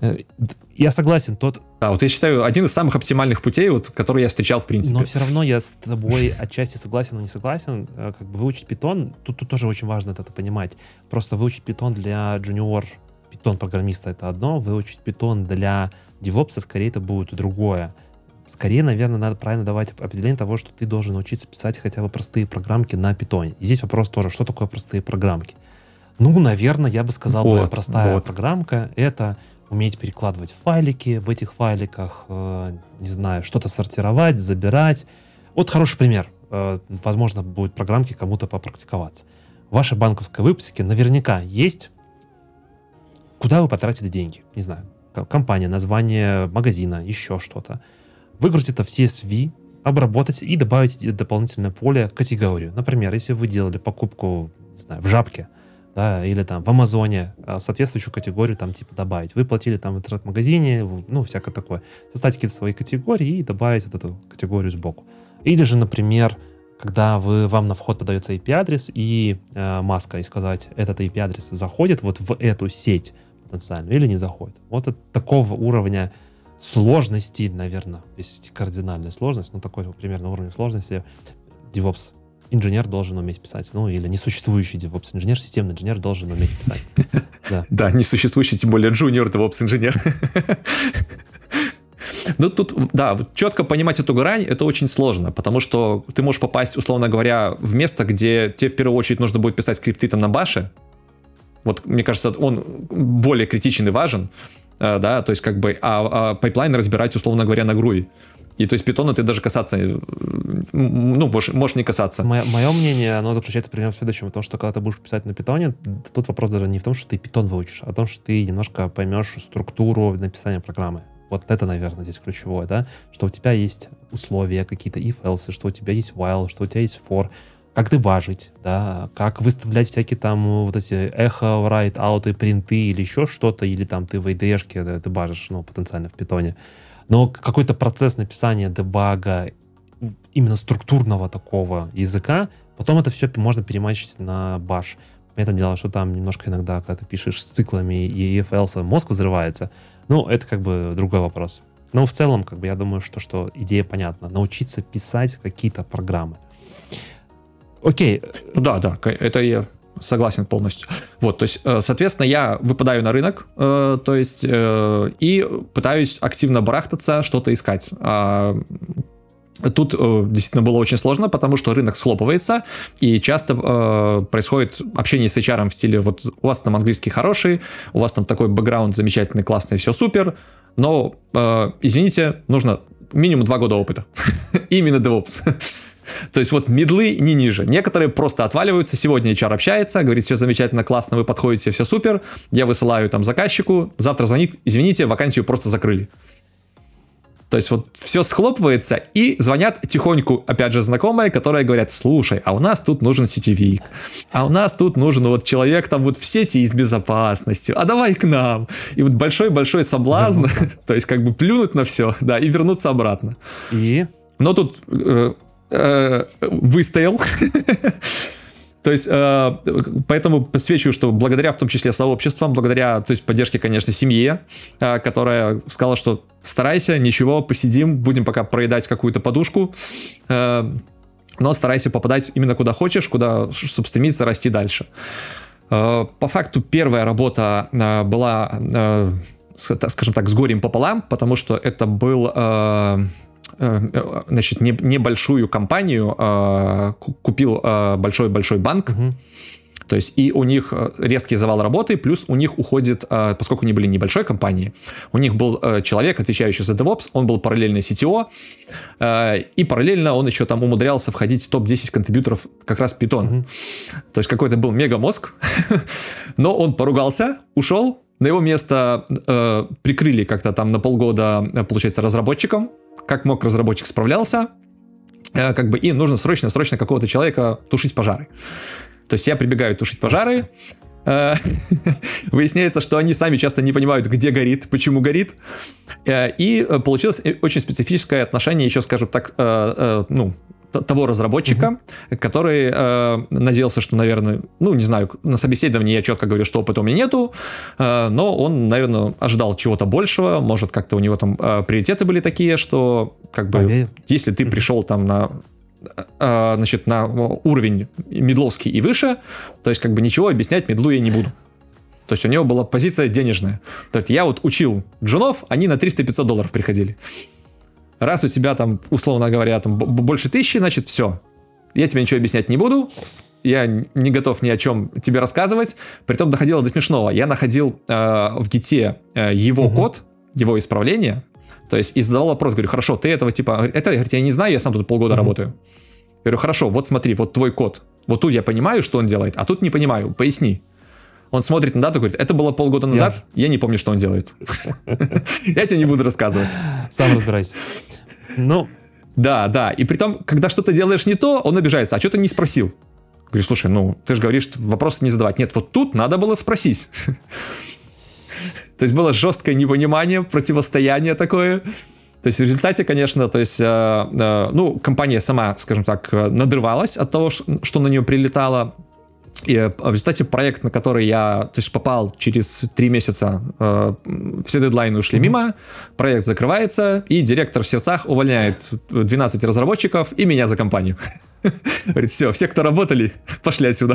Я согласен, Да, вот я считаю, один из самых оптимальных путей, вот, который я встречал в принципе. Но все равно я с тобой отчасти согласен, но не согласен. Как бы выучить Python, тут тоже очень важно это понимать. Просто выучить Python для junior Python-программиста — это одно, выучить Python для DevOps скорее это будет другое. Скорее, наверное, надо правильно давать определение того, что ты должен научиться писать хотя бы простые программки на Python. И здесь вопрос тоже, что такое простые программки? Ну, наверное, я бы сказал, простая программка — это уметь перекладывать файлики, в этих файликах, не знаю, что-то сортировать, забирать. Вот хороший пример. Возможно, будут программки кому-то попрактиковаться. В вашей банковской выписке наверняка есть, куда вы потратили деньги. Не знаю, компания, название магазина, еще что-то. Выгрузить это в CSV, обработать и добавить дополнительное поле категорию. Например, если вы делали покупку, не знаю, в Жабке, да, или там в Амазоне, соответствующую категорию там типа добавить. Вы платили там в интернет-магазине, ну, всякое такое. Составить какие-то свои категории и добавить вот эту категорию сбоку. Или же, например, когда вам на вход подается IP-адрес и маска, и сказать, этот IP-адрес заходит вот в эту сеть потенциально или не заходит. Вот от такого уровня сложности, наверное, есть кардинальная сложность, но такой примерно уровень сложности DevOps инженер должен уметь писать. Ну, или несуществующий DevOps инженер, системный инженер должен уметь писать. Да, несуществующий, тем более junior DevOps инженер. Ну, тут, да, четко понимать эту грань, это очень сложно, потому что ты можешь попасть, условно говоря, в место, где тебе в первую очередь нужно будет писать скрипты там на баше. Вот, мне кажется, он более критичен и важен, да, то есть как бы, а пайплайн разбирать, условно говоря, на GRUI. И то есть питона ты даже касаться, ну, можешь не касаться. Мое мнение, оно заключается примерно в следующем. В том, что когда ты будешь писать на питоне, тут вопрос даже не в том, что ты питон выучишь, а в том, что ты немножко поймешь структуру написания программы. Вот это, наверное, здесь ключевое, да? Что у тебя есть условия какие-то, if-else, что у тебя есть while, что у тебя есть for, как дебажить, да, как выставлять всякие там вот эти echo, write, out и принты или еще что-то, или там ты в IDE-шке дебажишь, ну, потенциально в питоне. Но какой-то процесс написания дебага именно структурного такого языка, потом это все можно перемачивать на bash. Понятное дело, что там немножко иногда, когда ты пишешь с циклами и if-else, мозг взрывается. Ну, это как бы другой вопрос. Но в целом, как бы, я думаю, что идея понятна. Научиться писать какие-то программы. Окей. Да, это я согласен полностью. Вот, то есть, соответственно, я выпадаю на рынок, то есть, и пытаюсь активно барахтаться, что-то искать. Тут действительно было очень сложно, потому что рынок схлопывается, и часто происходит общение с HR в стиле, вот у вас там английский хороший, у вас там такой бэкграунд замечательный, классный, все супер, но, извините, нужно минимум 2 года опыта. Именно DevOps. То есть вот мидлы не ниже. Некоторые просто отваливаются. Сегодня HR общается, говорит, все замечательно, классно, вы подходите, все супер. Я высылаю там заказчику, завтра звонит, извините, вакансию просто закрыли. То есть вот все схлопывается, и звонят тихоньку, опять же, знакомые, которые говорят, слушай, а у нас тут нужен сетевик, а у нас тут нужен вот человек там вот в сети и с безопасностью, а давай к нам. И вот большой-большой соблазн, то есть как бы плюнуть на все, да, и вернуться обратно. Но тут выстоял. То есть, поэтому подсвечиваю, что благодаря, в том числе, сообществам, благодаря, то есть, поддержке, конечно, семье, которая сказала, что старайся, ничего, посидим, будем пока проедать какую-то подушку, но старайся попадать именно куда хочешь, куда, чтобы стремиться расти дальше. По факту, первая работа была, скажем так, с горем пополам, потому что это был... значит, небольшую компанию купил большой банк, то есть и у них резкий завал работы, плюс у них уходит, поскольку они были небольшой компанией, у них был человек, отвечающий за DevOps, он был параллельно CTO, и параллельно он еще там умудрялся входить в топ-10 контрибьюторов как раз Python. То есть какой-то был мега-мозг, но он поругался, ушел, на его место прикрыли как-то там на полгода, получается, разработчиком. Как мог, разработчик справлялся, как бы, и нужно срочно какого-то человека тушить пожары. То есть я прибегаю тушить пожары, выясняется, что они сами часто не понимают, где горит, почему горит, и получилось очень специфическое отношение, еще, скажем так, ну, того разработчика, который надеялся, что, наверное, ну, не знаю, на собеседовании я четко говорю, что опыта у меня нету, но он, наверное, ожидал чего-то большего, может, как-то у него там приоритеты были такие, что, как бы, если ты пришел там значит, на уровень мидловский и выше, то есть, как бы, ничего объяснять мидлу я не буду. То есть у него была позиция денежная. То есть я вот учил джунов, они на $300-500 приходили. Раз у тебя там, условно говоря, там больше 1000, значит, все. Я тебе ничего объяснять не буду, я не готов ни о чем тебе рассказывать. Притом доходило до смешного. Я находил в гите его код, его исправление, то есть и задавал вопрос, говорю, хорошо, ты этого типа... Это, говорит, я не знаю, я сам тут полгода работаю. Говорю, хорошо, вот смотри, вот твой код. Вот тут я понимаю, что он делает, а тут не понимаю, поясни. Он смотрит на дату и говорит, это было полгода назад, я не помню, что он делает. Я тебе не буду рассказывать. Сам разбирайся. Ну. Да. И притом, когда что-то делаешь не то, он обижается. А что ты не спросил? Говорю, слушай, ну, ты же говоришь, что вопросы не задавать. Нет, вот тут надо было спросить. То есть было жесткое непонимание, противостояние такое. То есть в результате, конечно, то есть, ну, компания сама, скажем так, надрывалась от того, что на нее прилетало. И в результате проект, на который я, то есть, попал через 3 месяца, все дедлайны ушли мимо, проект закрывается, и директор в сердцах увольняет 12 разработчиков и меня за компанию. Говорит, все, кто работали, пошли отсюда.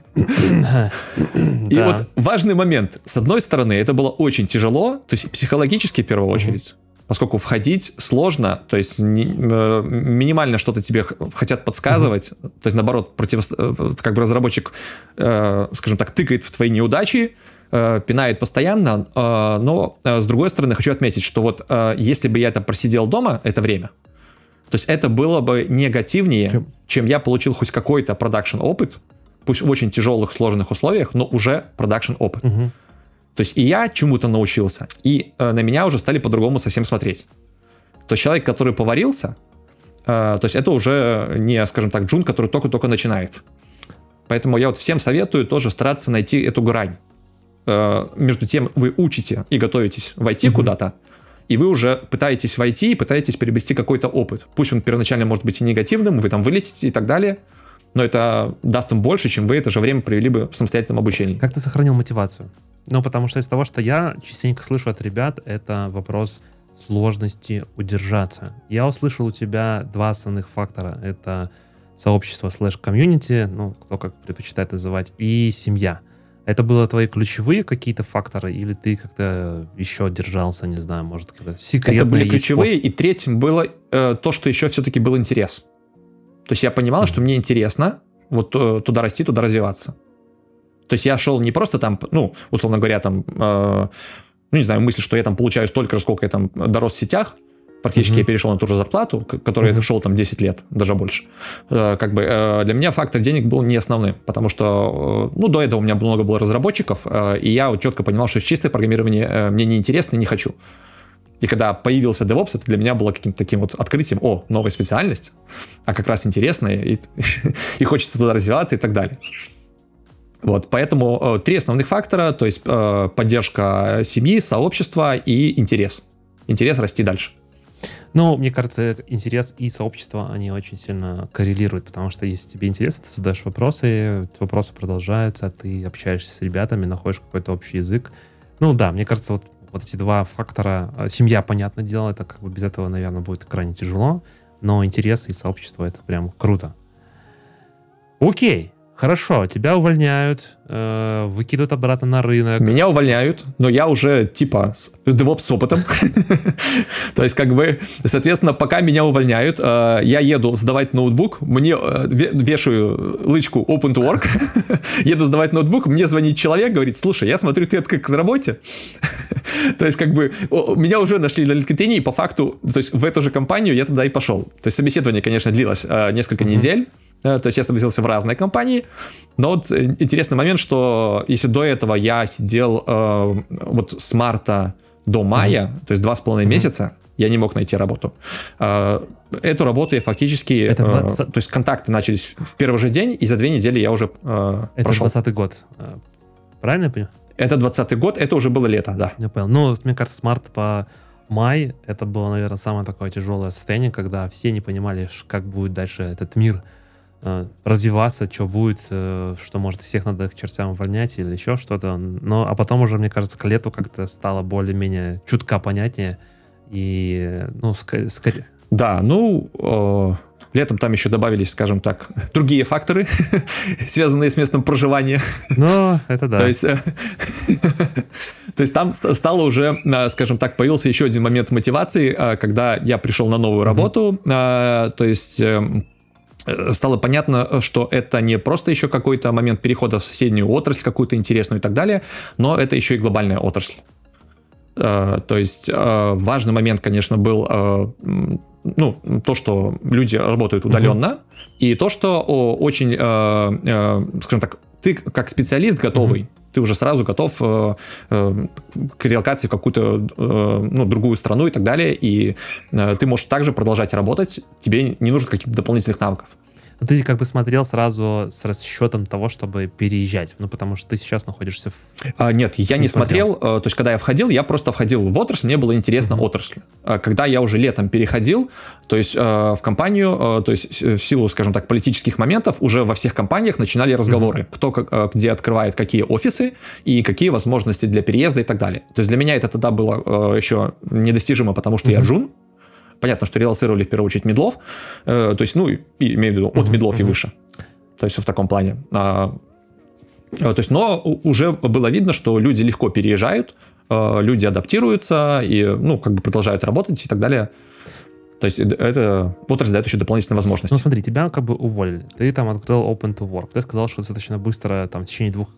И вот важный момент. С одной стороны, это было очень тяжело, то есть психологически в первую очередь, поскольку входить сложно, то есть минимально что-то тебе хотят подсказывать, то есть наоборот, как бы разработчик, скажем так, тыкает в твои неудачи, пинает постоянно, но с другой стороны хочу отметить, что вот если бы я там просидел дома это время, то есть это было бы негативнее, чем я получил хоть какой-то продакшн опыт, пусть в очень тяжелых, сложных условиях, но уже продакшн опыт. То есть и я чему-то научился, и на меня уже стали по-другому совсем смотреть. То есть человек, который поварился, то есть это уже не, скажем так, джун, который только-только начинает. Поэтому я вот всем советую тоже стараться найти эту грань. Между тем вы учите и готовитесь войти куда-то, и вы уже пытаетесь войти и пытаетесь приобрести какой-то опыт. Пусть он первоначально может быть и негативным, вы там вылетите и так далее, но это даст им больше, чем вы это же время провели бы в самостоятельном обучении. Как ты сохранил мотивацию? Ну, потому что из того, что я частенько слышу от ребят, это вопрос сложности удержаться. Я услышал у тебя 2 основных фактора. Это сообщество /комьюнити, ну, кто как предпочитает называть, и семья. Это было твои ключевые какие-то факторы, или ты как-то еще держался, не знаю, может, какая-то секретная... Это были ключевые, и третьим было то, что еще все-таки был интерес. То есть я понимал, что мне интересно вот туда расти, туда развиваться. То есть я шел не просто там, ну, условно говоря, там, ну, не знаю, мысль, что я там получаю столько же, сколько я там дорос в сетях, практически я перешел на ту же зарплату, которой я шел там 10 лет, даже больше. Как бы для меня фактор денег был не основным, потому что, ну, до этого у меня много было разработчиков, и я вот четко понимал, что чистое программирование мне не интересно и не хочу. И когда появился DevOps, это для меня было каким-то таким вот открытием, новая специальность, а как раз интересная, и хочется туда развиваться и так далее. Вот, поэтому 3 основных фактора, то есть поддержка семьи, сообщества и интерес. Интерес расти дальше. Ну, мне кажется, интерес и сообщество, они очень сильно коррелируют, потому что если тебе интересно, ты задаешь вопросы продолжаются, ты общаешься с ребятами, находишь какой-то общий язык. Ну да, мне кажется, вот эти 2 фактора, семья, понятное дело, это как бы без этого, наверное, будет крайне тяжело, но интерес и сообщество — это прям круто. Окей. Хорошо, тебя увольняют, выкидывают обратно на рынок. Меня увольняют, но я уже типа DevOps с опытом. То есть как бы, соответственно, пока меня увольняют, я еду сдавать ноутбук, мне вешаю лычку Open to Work, еду сдавать ноутбук, мне звонит человек, говорит, слушай, я смотрю, ты как на работе. То есть как бы меня уже нашли на LinkedIn, и по факту, то есть в эту же компанию я туда и пошел. То есть собеседование, конечно, длилось несколько недель. То есть я собеседовался в разные компании, но вот интересный момент, что если до этого я сидел вот с марта до мая, то есть 2,5 месяца, я не мог найти работу. Эту работу я фактически... То есть контакты начались в первый же день, и за 2 недели я уже прошел. Это 20-й год, правильно я понимаю? Это 20-й год, это уже было лето, да. Я понял. Ну, мне кажется, с марта по май — это было, наверное, самое такое тяжелое состояние, когда все не понимали, как будет дальше этот мир развиваться, что будет, что, может, всех надо к чертям увольнять или еще что-то. Но, а потом уже, мне кажется, к лету как-то стало более-менее чутка понятнее. И, ну, скорее... Да, ну, летом там еще добавились, скажем так, другие факторы, связанные с местом проживания. Ну, это да. То есть там стало уже, скажем так, появился еще один момент мотивации, когда я пришел на новую работу, то есть стало понятно, что это не просто еще какой-то момент перехода в соседнюю отрасль, какую-то интересную и так далее, но это еще и глобальная отрасль. То есть важный момент, конечно, был ну, то, что люди работают удаленно, и то, что очень, скажем так, ты как специалист готовый, ты уже сразу готов к релокации в какую-то другую страну и так далее, и ты можешь также продолжать работать, тебе не нужно каких-то дополнительных навыков. Но ты как бы смотрел сразу с расчетом того, чтобы переезжать, ну, потому что ты сейчас находишься в... Нет, я не смотрел. То есть, когда я входил, я просто входил в отрасль, мне было интересно отрасль. Когда я уже летом переходил, то есть, в компанию, то есть, в силу, скажем так, политических моментов, уже во всех компаниях начинали разговоры, кто где открывает какие офисы и какие возможности для переезда и так далее. То есть, для меня это тогда было еще недостижимо, потому что я джун. Понятно, что релоцировали в первую очередь мидлов, то есть, ну, имею в виду от мидлов и выше, то есть в таком плане. То есть, но уже было видно, что люди легко переезжают, люди адаптируются и, ну, как бы продолжают работать и так далее. То есть это отрасль дает еще дополнительные возможности. Ну, смотри, тебя как бы уволили, ты там открыл Open to Work, ты сказал, что достаточно быстро, там, в течение двух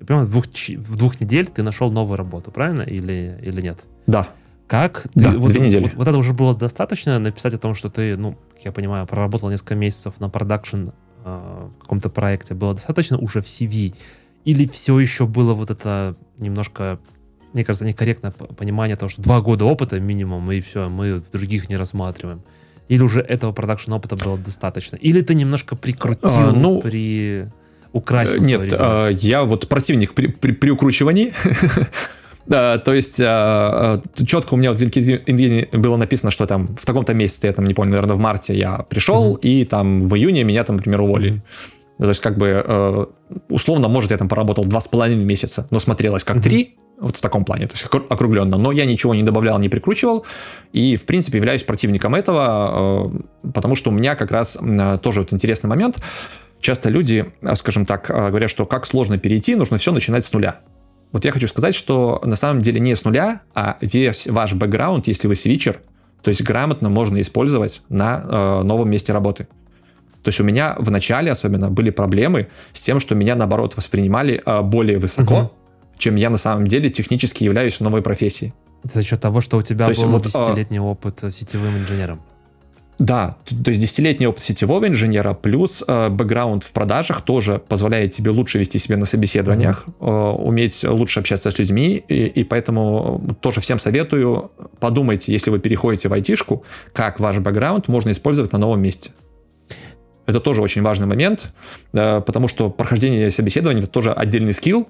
недель ты нашел новую работу, правильно, или нет? Да. Как ты, да, 2 недели. Вот это уже было достаточно написать о том, что ты, ну, как я понимаю, проработал несколько месяцев на продакшн каком-то проекте, было достаточно уже в CV? Или все еще было вот это немножко, мне кажется, некорректное понимание того, что 2 года опыта минимум, и все, мы других не рассматриваем? Или уже этого продакшн опыта было достаточно? Или ты немножко прикрутил, украсил свое резюме? Нет, я вот противник при укручивании. Да, то есть четко у меня в LinkedIn было написано, что там в таком-то месяце, я там не помню, наверное, в марте я пришел, и там в июне меня там, например, уволили. То есть как бы условно, может, я там поработал 2,5 месяца, но смотрелось как 3, вот в таком плане, то есть округленно. Но я ничего не добавлял, не прикручивал, и, в принципе, являюсь противником этого, потому что у меня как раз тоже вот интересный момент. Часто люди, скажем так, говорят, что как сложно перейти, нужно все начинать с нуля. Вот я хочу сказать, что на самом деле не с нуля, а весь ваш бэкграунд, если вы свитчер, то есть грамотно можно использовать на новом месте работы. То есть у меня в начале особенно были проблемы с тем, что меня наоборот воспринимали более высоко, чем я на самом деле технически являюсь в новой профессии. За счет того, что у тебя был вот 10-летний опыт сетевым инженером. Да, то есть 10-летний опыт сетевого инженера плюс бэкграунд в продажах тоже позволяет тебе лучше вести себя на собеседованиях, уметь лучше общаться с людьми, и поэтому тоже всем советую, подумайте, если вы переходите в айтишку, как ваш бэкграунд можно использовать на новом месте. Это тоже очень важный момент, потому что прохождение собеседования — это тоже отдельный скилл,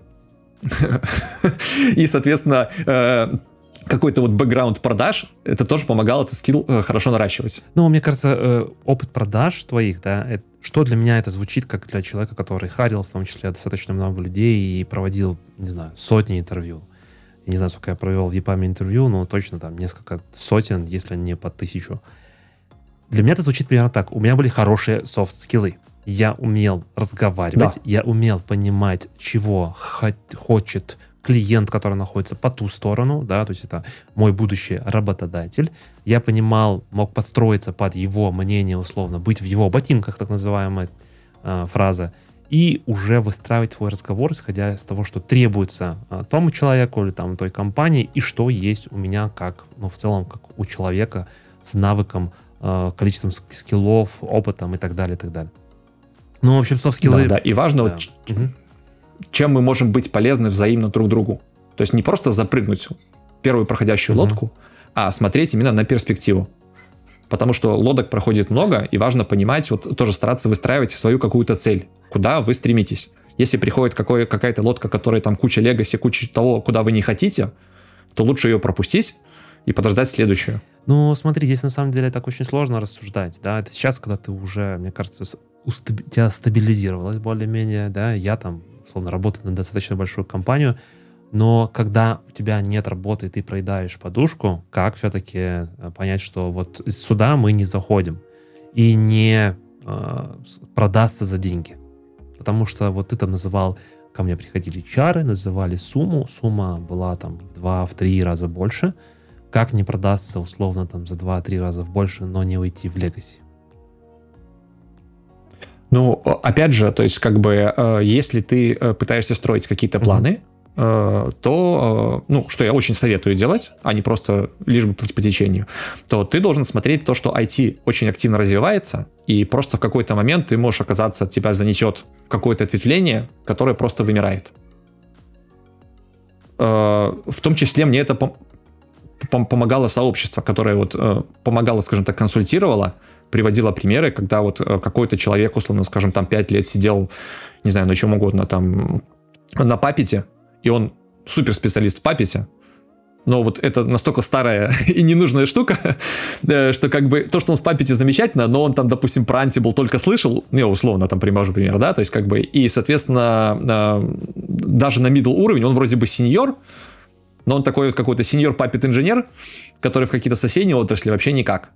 и, соответственно, какой-то вот бэкграунд продаж, это тоже помогало этот скилл хорошо наращивать. Ну, мне кажется, опыт продаж твоих, да, что для меня это звучит, как для человека, который харил, в том числе, достаточно много людей и проводил, не знаю, сотни интервью. Я не знаю, сколько я провел в EPAM интервью, но точно там несколько сотен, если не по 1000. Для меня это звучит примерно так. У меня были хорошие софт-скиллы. Я умел разговаривать, я умел понимать, чего хочет клиент, который находится по ту сторону, да, то есть это мой будущий работодатель. Я понимал, мог подстроиться под его мнение, условно, быть в его ботинках, так называемая фраза, и уже выстраивать свой разговор, исходя из того, что требуется тому человеку или там той компании, и что есть у меня как, ну, в целом, как у человека с навыком, количеством скиллов, опытом и так далее, и так далее. Ну, в общем, софт-скиллы... Да, и важно, да. Чем мы можем быть полезны взаимно друг другу. То есть не просто запрыгнуть в первую проходящую лодку, а смотреть именно на перспективу. Потому что лодок проходит много, и важно понимать, вот тоже стараться выстраивать свою какую-то цель, куда вы стремитесь. Если приходит какая-то лодка, которая там куча легаси, куча того, куда вы не хотите, то лучше ее пропустить и подождать следующую. Ну, смотри, здесь на самом деле так очень сложно рассуждать, да, это сейчас, когда ты уже, мне кажется, тебя стабилизировалось более-менее, да, я там, условно, работаю на достаточно большую компанию, но когда у тебя нет работы, и ты проедаешь подушку, как все-таки понять, что вот сюда мы не заходим и не продаться за деньги? Потому что вот ты там называл, ко мне приходили чары, называли сумма была там в 2-3 раза больше. Как не продаться условно там за 2-3 раза больше, но не уйти в Legacy? Ну, опять же, то есть как бы если ты пытаешься строить какие-то планы, то, ну, что я очень советую делать, а не просто лишь бы плыть по течению, то ты должен смотреть то, что IT очень активно развивается, и просто в какой-то момент ты можешь оказаться, тебя занесет в какое-то ответвление, которое просто вымирает. В том числе мне это помогало сообщество, которое вот помогало, скажем так, консультировало, приводило примеры, когда вот какой-то человек, условно, скажем, там 5 лет сидел, не знаю, на чем угодно, там, на Puppet, и он суперспециалист в Puppet, но вот это настолько старая и ненужная штука, что как бы то, что он в Puppet замечательно, но он там, допустим, про Ansible только слышал, ну, я условно там привожу пример, да, то есть как бы, и, соответственно, даже на middle уровень он вроде бы сеньор, но он такой вот какой-то сеньор Puppet-инженер, который в какие-то соседние отрасли вообще никак.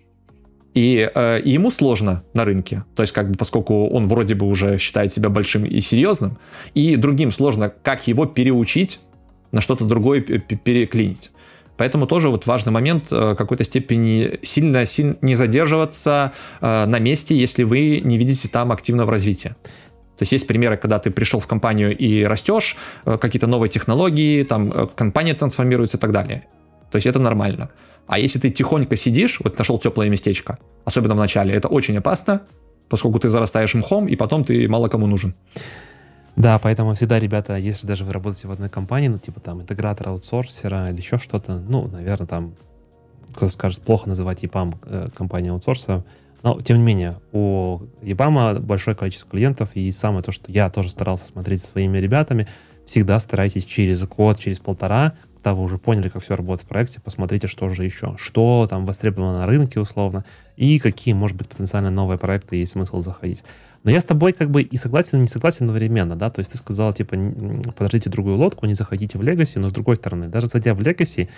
И ему сложно на рынке, то есть как бы поскольку он вроде бы уже считает себя большим и серьезным, и другим сложно, как его переучить на что-то другое переклинить. Поэтому тоже вот важный момент в какой-то степени сильно не задерживаться на месте, если вы не видите там активного развития. То есть есть примеры, когда ты пришел в компанию и растешь, какие-то новые технологии, там компания трансформируется и так далее. То есть это нормально. А если ты тихонько сидишь, вот нашел теплое местечко, особенно в начале, это очень опасно, поскольку ты зарастаешь мхом, и потом ты мало кому нужен. Да, поэтому всегда, ребята, если даже вы работаете в одной компании, ну, типа там интегратора, аутсорсера или еще что-то, ну, наверное, там, кто-то скажет, плохо называть EPAM компанию аутсорса, но, тем не менее, у EPAM большое количество клиентов, и самое то, что я тоже старался смотреть со своими ребятами, всегда старайтесь через год, через полтора, когда вы уже поняли, как все работает в проекте, посмотрите, что же еще, что там востребовано на рынке условно, и какие, может быть, потенциально новые проекты есть смысл заходить. Но я с тобой как бы и согласен, и не согласен одновременно, да, то есть ты сказал, типа, подождите другую лодку, не заходите в Legacy, но с другой стороны, даже зайдя в Legacy,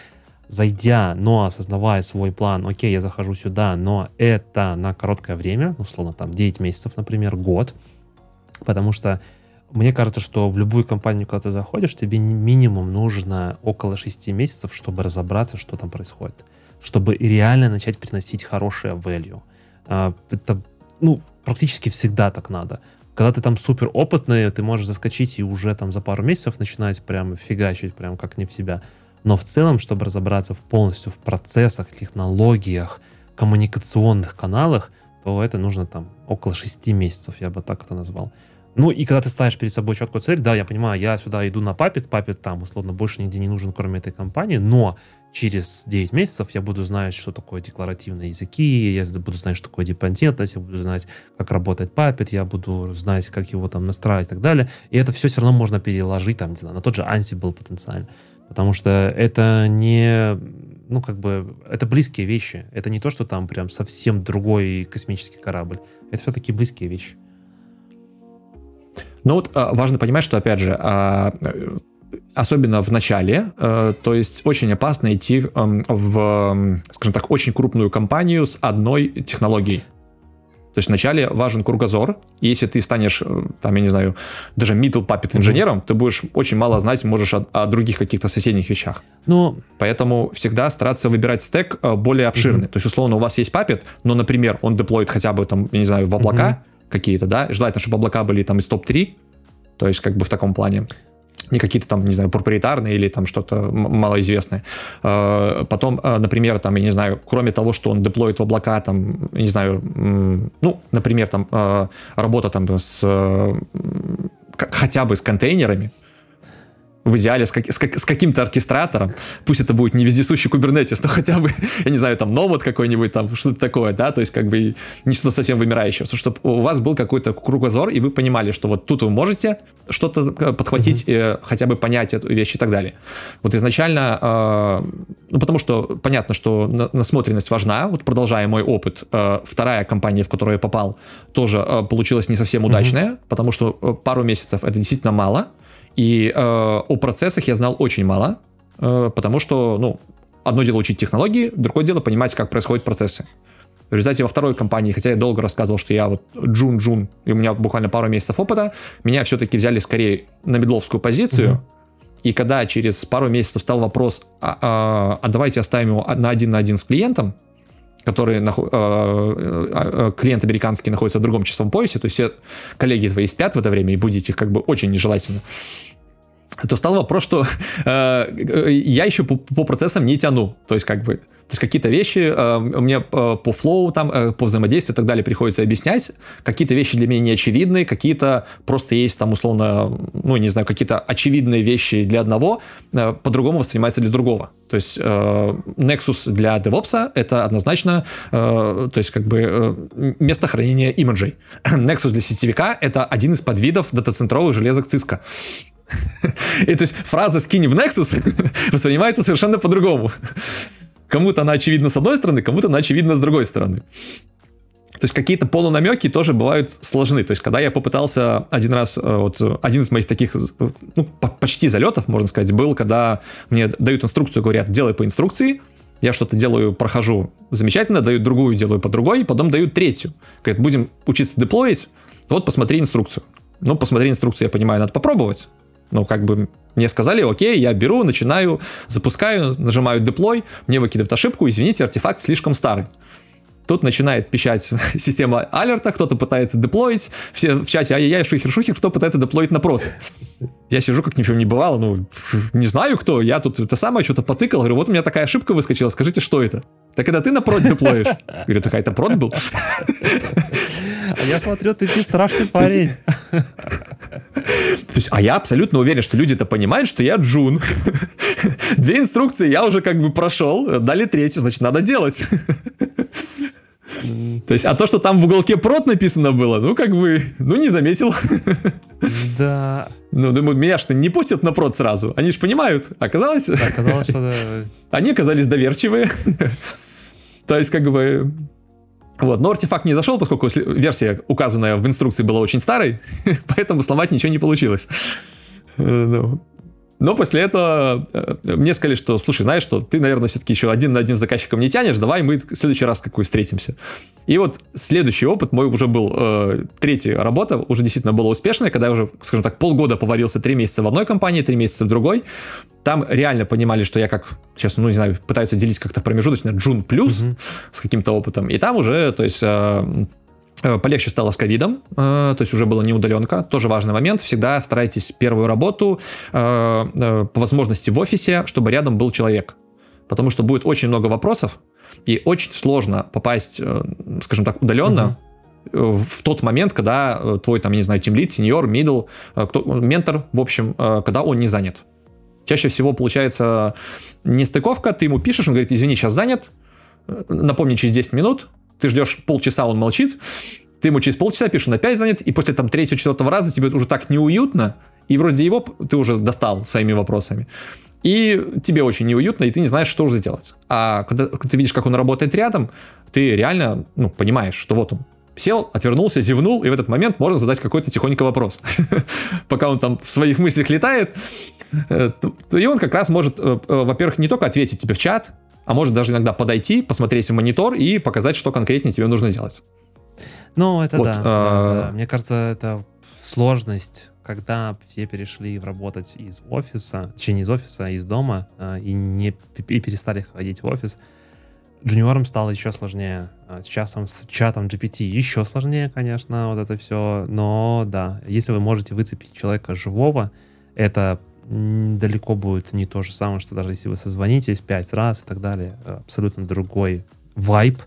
но осознавая свой план, окей, я захожу сюда, но это на короткое время, условно, там, 9 месяцев, например, год, потому что мне кажется, что в любую компанию, когда ты заходишь, тебе минимум нужно около 6 месяцев, чтобы разобраться, что там происходит. Чтобы реально начать приносить хорошее value. Это, ну, практически всегда так надо. Когда ты там супер опытный, ты можешь заскочить и уже там за пару месяцев начинать прям фигачить, прям как не в себя. Но в целом, чтобы разобраться полностью в процессах, технологиях, коммуникационных каналах, то это нужно там около 6 месяцев, я бы так это назвал. Ну, и когда ты ставишь перед собой четкую цель, да, я понимаю, я сюда иду на Puppet там, условно, больше нигде не нужен, кроме этой компании, но через 9 месяцев я буду знать, что такое декларативные языки, я буду знать, что такое депендентность, я буду знать, как работает Puppet, я буду знать, как его там настраивать и так далее. И это все равно можно переложить там, не знаю, на тот же Ansible потенциально. Потому что это не, ну, как бы, это близкие вещи. Это не то, что там прям совсем другой космический корабль. Это все-таки близкие вещи. Ну вот важно понимать, что, опять же, особенно в начале, то есть очень опасно идти в, скажем так, очень крупную компанию с одной технологией. То есть вначале важен кругозор, и если ты станешь, там, я не знаю, даже middle Puppet инженером, ты будешь очень мало знать, можешь о других каких-то соседних вещах. Но... Поэтому всегда стараться выбирать стек более обширный. То есть, условно, у вас есть Puppet, но, например, он деплоит хотя бы, там, я не знаю, в облака какие-то, да, желательно, чтобы облака были там из топ-3, то есть как бы в таком плане. Не какие-то там, не знаю, проприетарные или там что-то малоизвестное. Потом, например, там, я не знаю, кроме того, что он деплоит в облака, там, не знаю, ну, например, там, работа там с хотя бы с контейнерами, В идеале с каким-то оркестратором, пусть это будет не вездесущий Kubernetes, но хотя бы, я не знаю, там Nomad какой-нибудь, там что-то такое, да, то есть как бы не что-то совсем вымирающее, чтобы у вас был какой-то кругозор, и вы понимали, что вот тут вы можете что-то подхватить, хотя бы понять эту вещь и так далее. Вот изначально, ну потому что понятно, что насмотренность важна, вот продолжая мой опыт, вторая компания, в которую я попал, тоже получилась не совсем удачная, потому что пару месяцев это действительно мало. И о процессах я знал очень мало, потому что, ну, одно дело учить технологии, другое дело понимать, как происходят процессы. В результате во второй компании, хотя я долго рассказывал, что я вот джун, и у меня буквально пару месяцев опыта, меня все-таки взяли скорее на мидловскую позицию, и когда через пару месяцев стал вопрос, а давайте оставим его на один с клиентом, который клиент американский находится в другом часовом поясе, то есть все коллеги твои спят в это время, и будить их как бы очень нежелательно, то стал вопрос, что я еще по процессам не тяну, то есть как бы какие-то вещи мне по флоу, там, по взаимодействию и так далее приходится объяснять, какие-то вещи для меня не очевидны, какие-то просто есть там условно, ну не знаю, какие-то очевидные вещи для одного, по-другому воспринимаются для другого. То есть Nexus для DevOps это однозначно, то есть как бы место хранения имиджей. Nexus для сетевика это один из подвидов дата-центровых железок Cisco. И то есть фраза «скинь в Nexus» воспринимается совершенно по-другому. Кому-то она очевидна с одной стороны, кому-то она очевидна с другой стороны. То есть какие-то полунамеки тоже бывают сложны. То есть когда я попытался один раз, вот один из моих таких, ну, почти залетов, можно сказать, был, когда мне дают инструкцию, говорят, делай по инструкции, я что-то делаю, прохожу замечательно, дают другую, делаю по другой, потом дают третью. Говорят, будем учиться деплоить, вот посмотри инструкцию. Ну, посмотри инструкцию, я понимаю, надо попробовать. Ну, как бы мне сказали, окей, я беру, начинаю, запускаю, нажимаю деплой, мне выкидывают ошибку, извините, артефакт слишком старый. Тут начинает пищать система алерта, кто-то пытается деплоить, все в чате ай-яй-яй, шухер-шухер, кто пытается деплоить на прод. Я сижу, как ни в чем не бывало, ну, не знаю кто, я тут это самое что-то потыкал, говорю, вот у меня такая ошибка выскочила, скажите, что это? Так это ты на прод деплоишь? Говорю, так это прод был? А я смотрю, ты страшный парень. То есть, а я абсолютно уверен, что люди-то понимают, что я джун. 2 инструкции я уже как бы прошел, дали 3, значит, надо делать. То есть, а то, что там в уголке прод написано было, ну, как бы, ну, не заметил. Да. Ну, думаю, меня что, не пустят на прод сразу? Они же понимают. Оказалось... Да, оказалось, что... Они оказались доверчивые. То есть, как бы... Вот, но артефакт не зашел, поскольку версия, указанная в инструкции, была очень старой, поэтому сломать ничего не получилось. Но после этого мне сказали, что, слушай, знаешь что, ты, наверное, все-таки еще один на один с заказчиком не тянешь, давай мы в следующий раз какой встретимся. И вот следующий опыт мой уже был, 3-я работа, уже действительно была успешная, когда я уже, скажем так, полгода поварился 3 месяца в одной компании, 3 месяца в другой. Там реально понимали, что я как, сейчас, ну не знаю, пытаются делить как-то промежуточно, джун плюс с каким-то опытом. И там уже, то есть... полегче стало с ковидом, то есть уже была не удаленка. Тоже важный момент. Всегда старайтесь первую работу по возможности в офисе, чтобы рядом был человек. Потому что будет очень много вопросов, и очень сложно попасть, скажем так, удаленно в тот момент, когда твой, там, я не знаю, тимлид, сеньор, мидл, ментор, в общем, когда он не занят. Чаще всего получается нестыковка, ты ему пишешь, он говорит, извини, сейчас занят, напомни через 10 минут, ты ждешь полчаса, он молчит, ты ему через полчаса пишешь, он опять занят, и после там 3-4 раза тебе уже так неуютно, и вроде его ты уже достал своими вопросами, и тебе очень неуютно, и ты не знаешь, что уже делать. А когда ты видишь, как он работает рядом, ты реально, ну, понимаешь, что вот он сел, отвернулся, зевнул, и в этот момент можно задать какой-то тихонько вопрос. Пока он там в своих мыслях летает, и он как раз может, во-первых, не только ответить тебе в чат, а может даже иногда подойти, посмотреть в монитор и показать, что конкретнее тебе нужно делать. Ну, это вот, да. Мне кажется, это сложность, когда все перешли работать из офиса, точнее не из офиса, а из дома, и перестали ходить в офис. Джуниорам стало еще сложнее. Сейчас с чатом GPT еще сложнее, конечно, вот это все. Но да, если вы можете выцепить человека живого, это далеко будет не то же самое, что даже если вы созвонитесь 5 раз и так далее. Абсолютно другой вайб,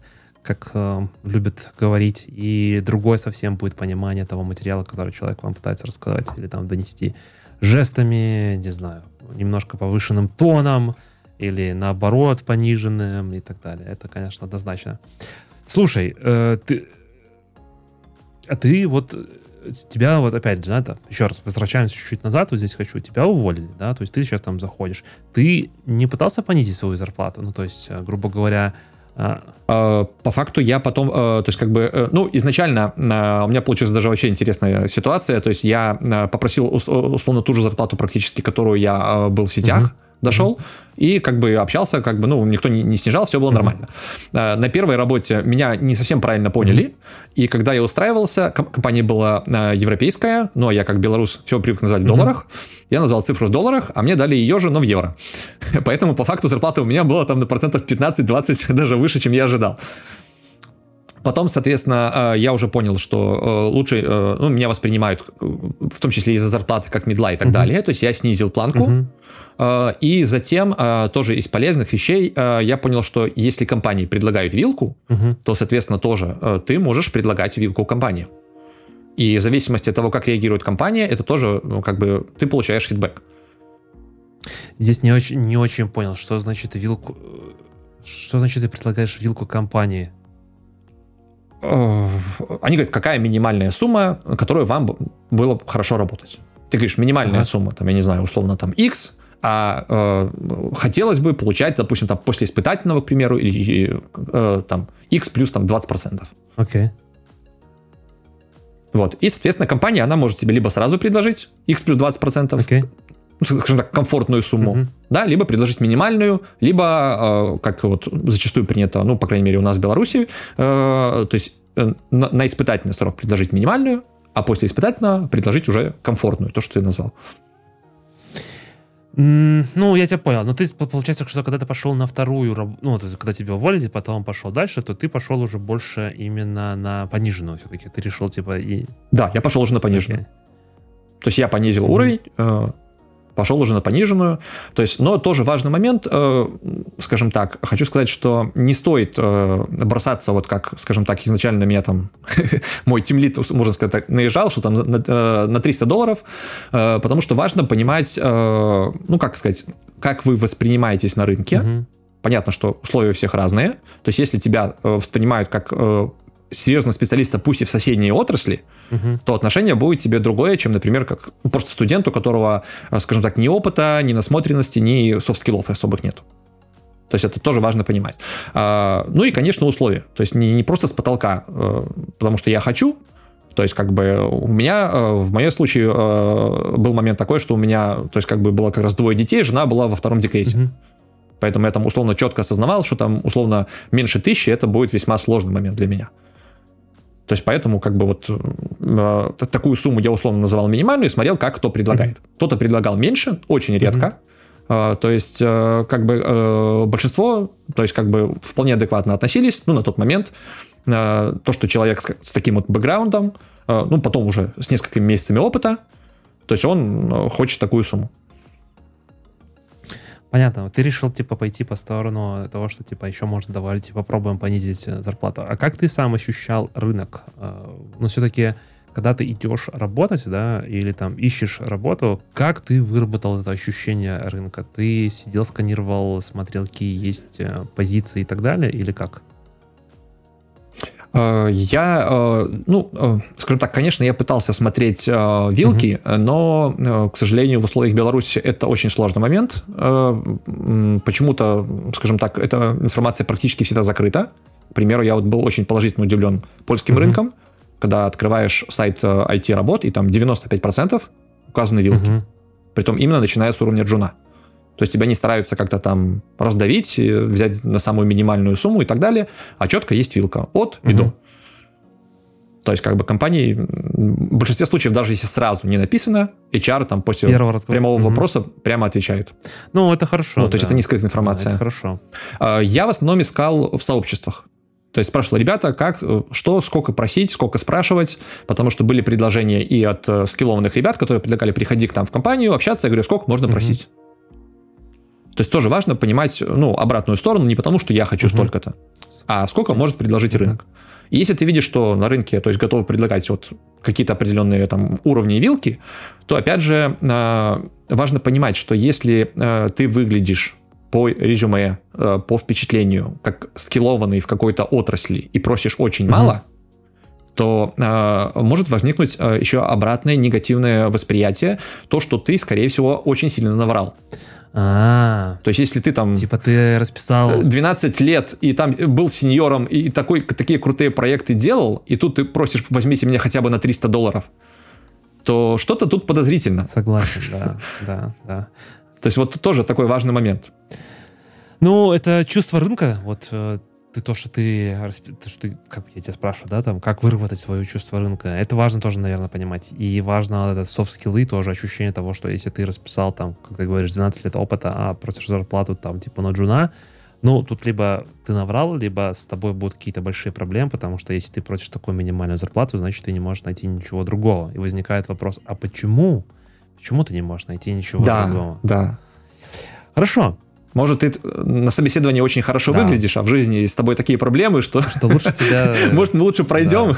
как любят говорить, и другое совсем будет понимание того материала, который человек вам пытается рассказать или там донести жестами, не знаю, немножко повышенным тоном или наоборот пониженным и так далее. Это, конечно, однозначно. Слушай, ты вот тебя вот опять же, да, еще раз возвращаемся чуть-чуть назад, вот здесь хочу, тебя уволили, да, то есть ты сейчас там заходишь. Ты не пытался понизить свою зарплату? Ну, то есть, грубо говоря... По факту я потом, то есть как бы, ну, изначально у меня получилась даже вообще интересная ситуация, то есть я попросил условно ту же зарплату практически, которую я был в сетях, дошел, и как бы общался, как бы, ну, никто не снижал, все было нормально. На первой работе меня не совсем правильно поняли, и когда я устраивался, компания была европейская, но я как белорус все привык называть в долларах, я назвал цифру в долларах, а мне дали ее же, но в евро. Поэтому по факту зарплата у меня была там на процентов 15-20 даже выше, чем я ожидал. Потом, соответственно, я уже понял, что лучше, ну, меня воспринимают, в том числе из-за зарплаты, как мидла и так далее. То есть я снизил планку. И затем тоже из полезных вещей я понял, что если компании предлагают вилку, то, соответственно, тоже ты можешь предлагать вилку компании. И в зависимости от того, как реагирует компания, это тоже, ну, как бы ты получаешь фидбэк. Здесь не очень понял, что значит вилку. Что значит ты предлагаешь вилку компании? Они говорят, какая минимальная сумма, которую вам было хорошо работать. Ты говоришь, минимальная сумма, там, я не знаю, условно, там, X, а хотелось бы получать, допустим, там, после испытательного, к примеру, или там, X плюс там, 20%. Окей. Вот. И, соответственно, компания, она может себе либо сразу предложить X плюс 20%, ну, скажем так, комфортную сумму, да, либо предложить минимальную, либо, как вот зачастую принято, ну, по крайней мере, у нас в Беларуси, то есть на испытательный срок предложить минимальную, а после испытательного предложить уже комфортную, то, что ты назвал. Ну, я тебя понял. Но ты, получается, что когда ты пошел на вторую работу, ну, когда тебя уволили, потом пошел дальше, то ты пошел уже больше именно на пониженную все-таки. Ты решил, типа, и... Да, я пошел уже на пониженную. Okay. То есть я понизил уровень, пошел уже на пониженную. То есть, но тоже важный момент, скажем так, хочу сказать, что не стоит бросаться, вот как, скажем так, изначально на меня там мой тимлид, можно сказать так, наезжал, что там на $300, потому что важно понимать, ну, как сказать, как вы воспринимаетесь на рынке. Понятно, что условия у всех разные. То есть, если тебя воспринимают как серьезного специалиста, пусть и в соседней отрасли, то отношение будет тебе другое, чем, например, как просто студент, у которого, скажем так, ни опыта, ни насмотренности, ни софт-скиллов особых нет. То есть это тоже важно понимать. Ну и, конечно, условия. То есть не просто с потолка, потому что я хочу. То есть как бы у меня, в моем случае, был момент такой, что у меня, то есть как бы было как раз 2 детей, жена была во 2-м декрете. Поэтому я там условно четко осознавал, что там условно меньше 1000 это будет весьма сложный момент для меня. То есть поэтому как бы вот такую сумму я условно называл минимальную и смотрел, как кто предлагает. Кто-то предлагал меньше, очень редко. То есть как бы большинство, то есть как бы вполне адекватно относились, ну, на тот момент. То, что человек с таким вот бэкграундом, ну, потом уже с несколькими месяцами опыта, то есть он хочет такую сумму. Понятно. Ты решил, типа, пойти по сторону того, что, типа, еще можно, давайте попробуем понизить зарплату. А как ты сам ощущал рынок? Ну, все-таки, когда ты идешь работать, да, или там ищешь работу, как ты выработал это ощущение рынка? Ты сидел, сканировал, смотрел, какие есть позиции и так далее, или как? Я, ну, скажем так, конечно, я пытался смотреть вилки, но, к сожалению, в условиях Беларуси это очень сложный момент. Почему-то, скажем так, эта информация практически всегда закрыта. К примеру, я вот был очень положительно удивлен польским рынком, когда открываешь сайт IT-работ, и там 95% указаны вилки. Притом именно начиная с уровня джуна. То есть тебя не стараются как-то там раздавить, взять на самую минимальную сумму и так далее, а четко есть вилка от и до. То есть как бы компании, в большинстве случаев, даже если сразу не написано, HR там после прямого вопроса прямо отвечает. Ну, это хорошо. Ну, то есть это не скрытая информация. Да, это хорошо. Я в основном искал в сообществах. То есть спрашивал, ребята, как, что, сколько просить, сколько спрашивать, потому что были предложения и от скиллованных ребят, которые предлагали приходить к нам в компанию, общаться. Я говорю, сколько можно просить. То есть тоже важно понимать, ну, обратную сторону, не потому что я хочу столько-то. а сколько может предложить рынок. И если ты видишь, что на рынке, то есть готовы предлагать вот какие-то определенные там уровни и вилки, то опять же важно понимать, что если ты выглядишь по резюме, по впечатлению, как скиллованный в какой-то отрасли и просишь очень мало, то может возникнуть еще обратное негативное восприятие, то, что ты, скорее всего, очень сильно наврал. То есть, если ты там... Типа ты расписал... 12 лет, и там был сеньором, и такие крутые проекты делал, и тут ты просишь, возьмите меня хотя бы на $300, то что-то тут подозрительно. Согласен, да. То есть, вот тоже такой важный момент. Ну, это чувство рынка, вот... То, что ты, как я тебя спрашиваю, да, там, как выработать свое чувство рынка, это важно тоже, наверное, понимать. И важно это софт-скиллы, тоже ощущение того, что если ты расписал, там, как ты говоришь, 12 лет опыта, а просишь зарплату, там, типа, на джуна, ну, тут либо ты наврал, либо с тобой будут какие-то большие проблемы, потому что если ты просишь такую минимальную зарплату, значит, ты не можешь найти ничего другого. И возникает вопрос, а почему? Почему ты не можешь найти ничего другого? Да. Хорошо. Может, ты на собеседовании очень хорошо выглядишь, а в жизни с тобой такие проблемы, что лучше тебя... Может, мы лучше пройдем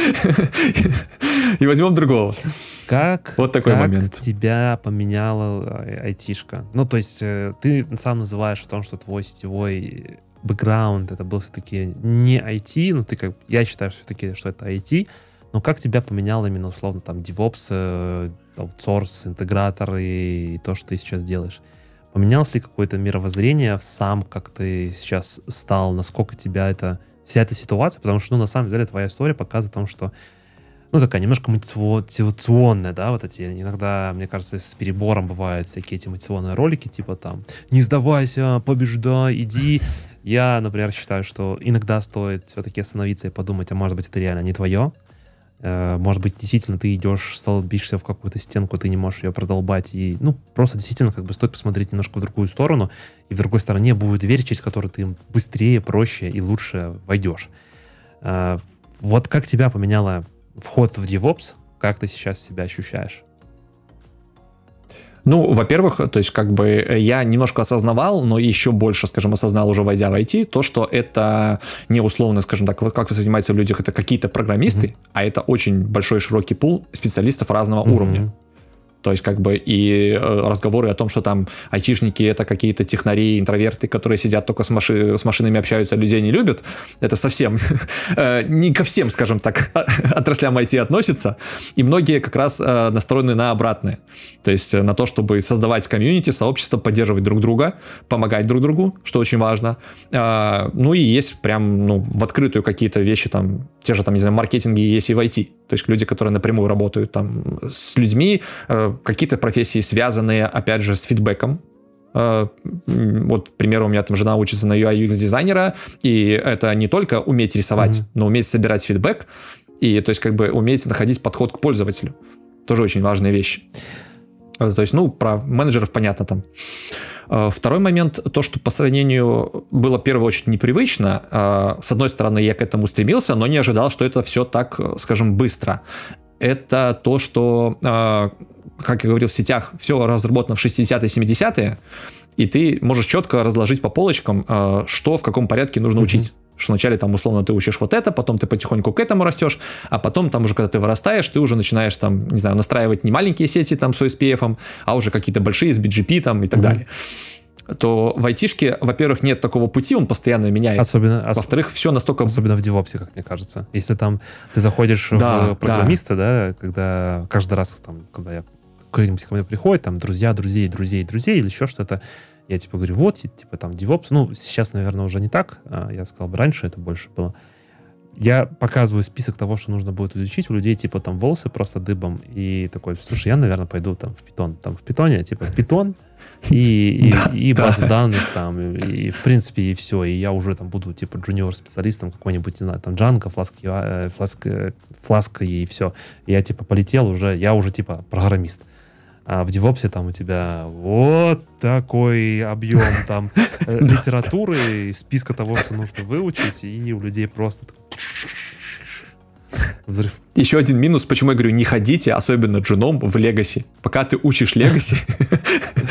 и возьмем другого. Вот такой момент. Как тебя поменяла айтишка? Ну, то есть ты сам называешь о том, что твой сетевой бэкграунд, это был все-таки не IT, ну, я считаю все-таки, что это IT, но как тебя поменял именно, условно, там, DevOps, аутсорс, интегратор и то, что ты сейчас делаешь? Поменялось ли какое-то мировоззрение сам, как ты сейчас стал, насколько тебя вся эта ситуация, потому что, на самом деле, твоя история показывает о том, что, такая немножко мотивационная, да, вот эти, иногда, мне кажется, с перебором бывают всякие эти мотивационные ролики, типа там, не сдавайся, побеждай, иди. Я, например, считаю, что иногда стоит все-таки остановиться и подумать, а может быть, это реально не твое. Может быть, действительно, ты идешь, столбишься в какую-то стенку, ты не можешь ее продолбать, и, просто действительно, стоит посмотреть немножко в другую сторону, и в другой стороне будет дверь, через которую ты быстрее, проще и лучше войдешь. Вот как тебя поменяло вход в DevOps, как ты сейчас себя ощущаешь? Во-первых, то есть я немножко осознавал, но еще больше, осознал уже войдя в IT, то, что это не условно, скажем так, вот как занимаются в людях, это какие-то программисты, а это очень большой широкий пул специалистов разного уровня. То есть и разговоры о том, что там айтишники это какие-то технари, интроверты, которые сидят только с машинами общаются, людей не любят, это совсем не ко всем, скажем так, отраслям IT относится. И многие как раз настроены на обратное. То есть на то, чтобы создавать комьюнити, сообщество, поддерживать друг друга, помогать друг другу, что очень важно. И есть прям в открытую какие-то вещи, там, те же, там, не знаю, маркетинги есть и в IT. То есть люди, которые напрямую работают там с людьми, какие-то профессии, связанные, опять же, с фидбэком. Вот, к примеру, у меня там жена учится на UI UX дизайнера, и это не только уметь рисовать, но уметь собирать фидбэк, и то есть уметь находить подход к пользователю. Тоже очень важные вещи. То есть, про менеджеров понятно там. Второй момент, то, что по сравнению было в первую очередь непривычно. С одной стороны, я к этому стремился, но не ожидал, что это все так, скажем, быстро. Это то, что, как я говорил, в сетях все разработано в 60-е, 70-е, и ты можешь четко разложить по полочкам, что в каком порядке нужно учить. Что вначале там условно ты учишь вот это, потом ты потихоньку к этому растешь, а потом там уже, когда ты вырастаешь, ты уже начинаешь там, не знаю, настраивать не маленькие сети там с OSPF, а уже какие-то большие с BGP там и так далее. То в айтишке, во-первых, нет такого пути, он постоянно меняется. Во-вторых, все настолько... Особенно в DevOps, как мне кажется. Если там ты заходишь в программиста, да, когда каждый раз, там, когда я кто-нибудь ко мне приходит, там, друзья, друзей или еще что-то, я говорю, вот, там, DevOps. Сейчас, наверное, уже не так. Я сказал бы, раньше это больше было. Я показываю список того, что нужно будет изучить. У людей, там, волосы просто дыбом. И такой, слушай, я, наверное, пойду там в Python. Там в Python, Python и базы данных там, и в принципе, и все. И я уже там буду, джуниор-специалистом какой-нибудь, не знаю, там, Django, Flask и все. Я, полетел уже, я уже, программист. А в DevOps там у тебя вот такой объем там литературы, списка того, что нужно выучить, и у людей просто взрыв. Еще один минус, почему я говорю, не ходите, особенно джуном, в Legacy. Пока ты учишь Legacy,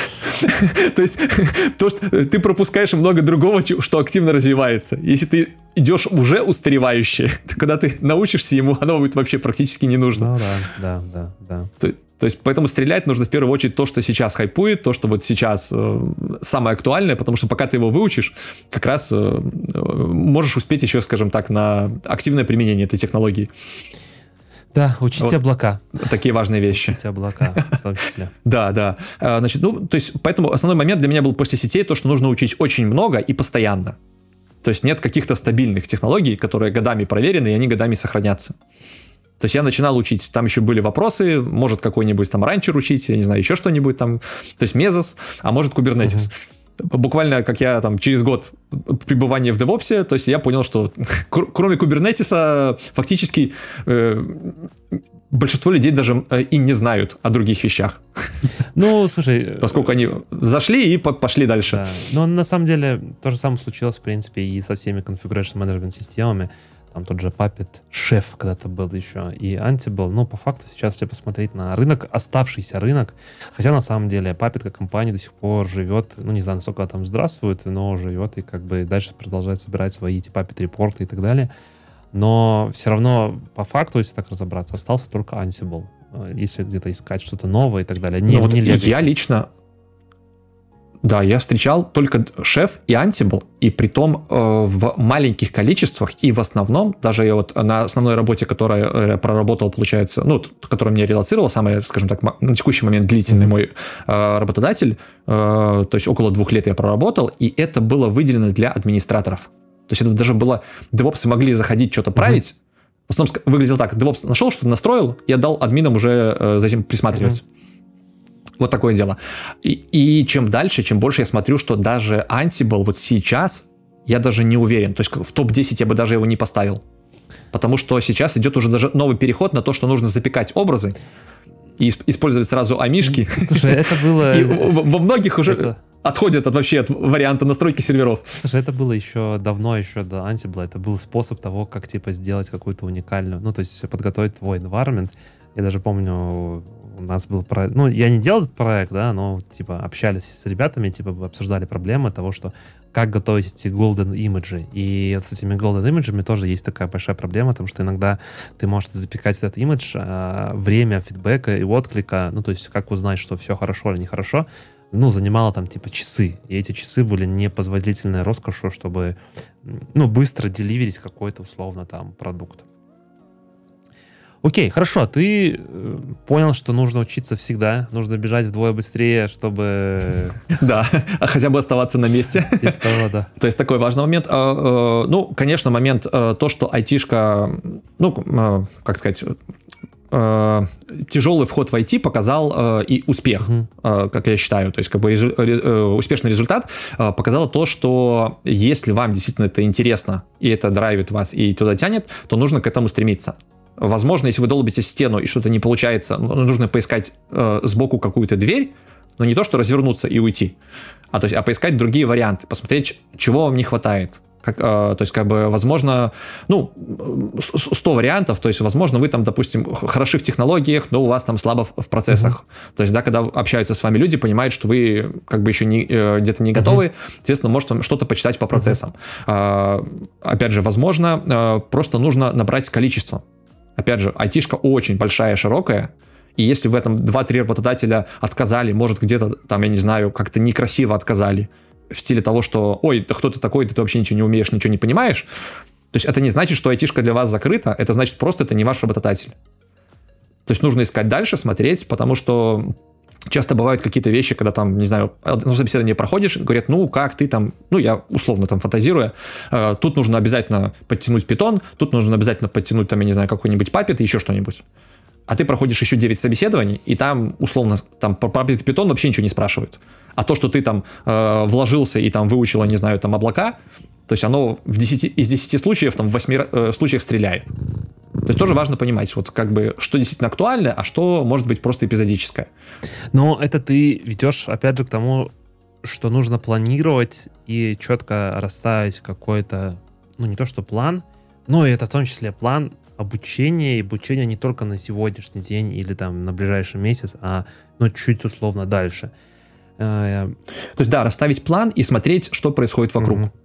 то есть ты пропускаешь много другого, что активно развивается. Если ты идешь уже устаревающее. Когда ты научишься ему, оно будет вообще практически не нужно. Ну да. То есть, поэтому стрелять нужно в первую очередь то, что сейчас хайпует, то, что вот сейчас самое актуальное, потому что пока ты его выучишь, как раз можешь успеть еще, скажем так, на активное применение этой технологии. Да, учите вот облака. Такие важные вещи. Учите облака, в том числе. Да. Значит, то есть, поэтому основной момент для меня был после сетей то, что нужно учить очень много и постоянно. То есть нет каких-то стабильных технологий, которые годами проверены, и они годами сохранятся. То есть я начинал учить, там еще были вопросы, может какой-нибудь там ранчер учить, я не знаю, еще что-нибудь там, то есть Mesos, а может Kubernetes. Буквально как я там через год пребывания в DevOps, то есть я понял, что кроме Kubernetes фактически большинство людей даже и не знают о других вещах. Ну, слушай... Поскольку они зашли и пошли дальше. Да. Но на самом деле то же самое случилось, в принципе, и со всеми configuration management системами. Там тот же Puppet, Chef когда-то был еще, и Ansible. Ну, по факту, сейчас если посмотреть на рынок, оставшийся рынок, хотя на самом деле Puppet как компания до сих пор живет, ну, не знаю, насколько там здравствует, но живет и как бы дальше продолжает собирать свои эти Puppet репорты и так далее. Но все равно, по факту, если так разобраться, остался только Ansible. Если где-то искать что-то новое и так далее. Не, вот не Legacy. Я лично... Да, я встречал только Chef и Ansible, и притом в маленьких количествах, и в основном, даже я вот на основной работе, которую я проработал, получается, ну, которую мне релоцировал, самый, скажем так, на текущий момент длительный мой работодатель, то есть около 2 лет я проработал, и это было выделено для администраторов. То есть это даже было, DevOps могли заходить, что-то править. В основном выглядело так, DevOps нашел, что-то настроил, и отдал админам уже за этим присматривать. Вот такое дело. И чем дальше, чем больше я смотрю, что даже Ansible вот сейчас, я даже не уверен. То есть в топ-10 я бы даже его не поставил. Потому что сейчас идет уже даже новый переход на то, что нужно запекать образы и использовать сразу амишки. Слушай, это было... И во многих уже... отходят вообще от варианта настройки серверов. Слушай, это было еще давно, еще до Ansible. Это был способ того, как типа сделать какую-то уникальную, ну, то есть подготовить твой environment. Я даже помню, у нас был проект, ну, я не делал этот проект, да, но типа общались с ребятами, типа обсуждали проблемы того, что как готовить эти golden image. И с этими golden image тоже есть такая большая проблема, потому что иногда ты можешь запекать этот имидж, время фидбэка и отклика, ну, то есть как узнать, что все хорошо или нехорошо, ну, занимало там типа часы. И эти часы были непозволительной роскошью, чтобы, ну, быстро деливерить какой-то условно там продукт. Окей, хорошо, ты понял, что нужно учиться всегда, нужно бежать вдвое быстрее, чтобы... Да, хотя бы оставаться на месте. Типа того, да. То есть такой важный момент. Ну, конечно, момент то, что айтишка, ну, как сказать... тяжелый вход в IT показал и успех, как я считаю. То есть как бы успешный результат показал то, что если вам действительно это интересно, и это драйвит вас, и туда тянет, то нужно к этому стремиться. Возможно, если вы долбитесь в стену и что-то не получается, нужно поискать сбоку какую-то дверь, но не то, что развернуться и уйти, а поискать другие варианты, посмотреть, чего вам не хватает. То есть, как бы, возможно, ну, 100 вариантов, то есть, возможно, вы там, допустим, хороши в технологиях, но у вас там слабо в процессах. То есть, да, когда общаются с вами люди, понимают, что вы, как бы, еще где-то не готовы, соответственно, может вам что-то почитать по процессам. Опять же, возможно, просто нужно набрать количество. Опять же, айтишка очень большая, широкая, и если в этом 2-3 работодателя отказали, может, где-то там, я не знаю, как-то некрасиво отказали, в стиле того, что «Ой, ты кто ты такой, ты вообще ничего не умеешь, ничего не понимаешь», то есть это не значит, что айтишка для вас закрыта, это значит просто это не ваш работодатель. То есть нужно искать дальше, смотреть, потому что часто бывают какие-то вещи, когда там, не знаю, одно собеседование проходишь, говорят, ну, как ты там, ну, я условно там фантазирую, тут нужно обязательно подтянуть Python, тут нужно обязательно подтянуть, там, я не знаю, какой-нибудь Puppet и еще что-нибудь. А ты проходишь еще 9 собеседований, и там, условно, там про Puppet и Python вообще ничего не спрашивают. А то, что ты там вложился и там выучил, не знаю, там облака, то есть оно из 10 случаев, там в 8 случаях стреляет. То есть тоже важно понимать, вот как бы, что действительно актуально, а что может быть просто эпизодическое. Но это ты ведешь, опять же, к тому, что нужно планировать и четко расставить какой-то, ну не то что план, но и это в том числе план обучения, и обучения не только на сегодняшний день или там на ближайший месяц, а ну чуть условно дальше. То есть да, расставить план и смотреть, что происходит вокруг.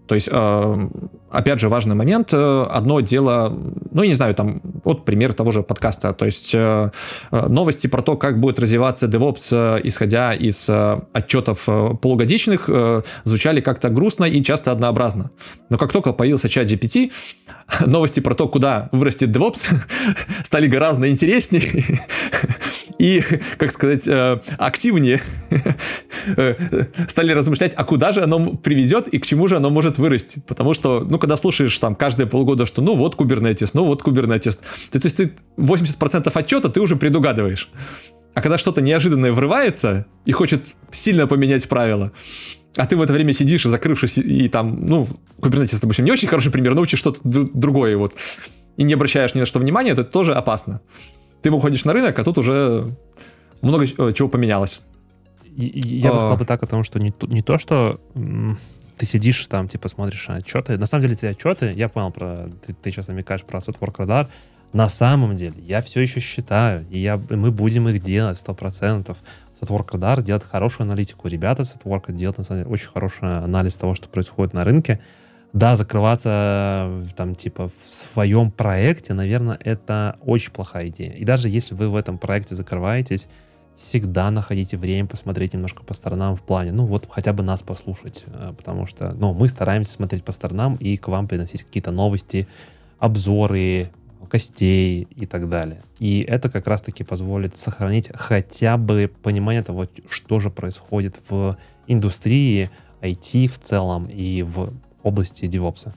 То есть, опять же, важный момент. Одно дело, ну, я не знаю, там, вот пример того же подкаста. То есть, новости про то, как будет развиваться DevOps, исходя из отчетов полугодичных, звучали как-то грустно и часто однообразно. Но как только появился ChatGPT, новости про то, куда вырастет DevOps, стали гораздо интереснее и, как сказать, активнее стали размышлять, а куда же оно приведет и к чему же оно может вырасти. Потому что, ну, когда слушаешь там каждые полгода, что ну вот Kubernetes, то есть ты 80% отчета ты уже предугадываешь. А когда что-то неожиданное врывается и хочет сильно поменять правила, а ты в это время сидишь и закрывшись, и там, ну, Kubernetes, допустим, не очень хороший пример, но учишь что-то другое, вот, и не обращаешь ни на что внимания, то это тоже опасно. Ты выходишь на рынок, а тут уже много чего поменялось. Я бы сказал бы так о том, что не то, что ты сидишь там, типа, смотришь отчеты. На самом деле, эти отчеты, я понял, ты сейчас намекаешь про Softwork Radar. На самом деле, я все еще считаю, и мы будем их делать 100%. Softwork Radar делает хорошую аналитику. Ребята с Softwork делают, на самом деле, очень хороший анализ того, что происходит на рынке. Да, закрываться там, типа, в своем проекте, наверное, это очень плохая идея. И даже если вы в этом проекте закрываетесь, всегда находите время посмотреть немножко по сторонам в плане, ну вот хотя бы нас послушать, потому что, ну, мы стараемся смотреть по сторонам и к вам приносить какие-то новости, обзоры, гостей и так далее. И это как раз-таки позволит сохранить хотя бы понимание того, что же происходит в индустрии IT в целом и в области DevOps.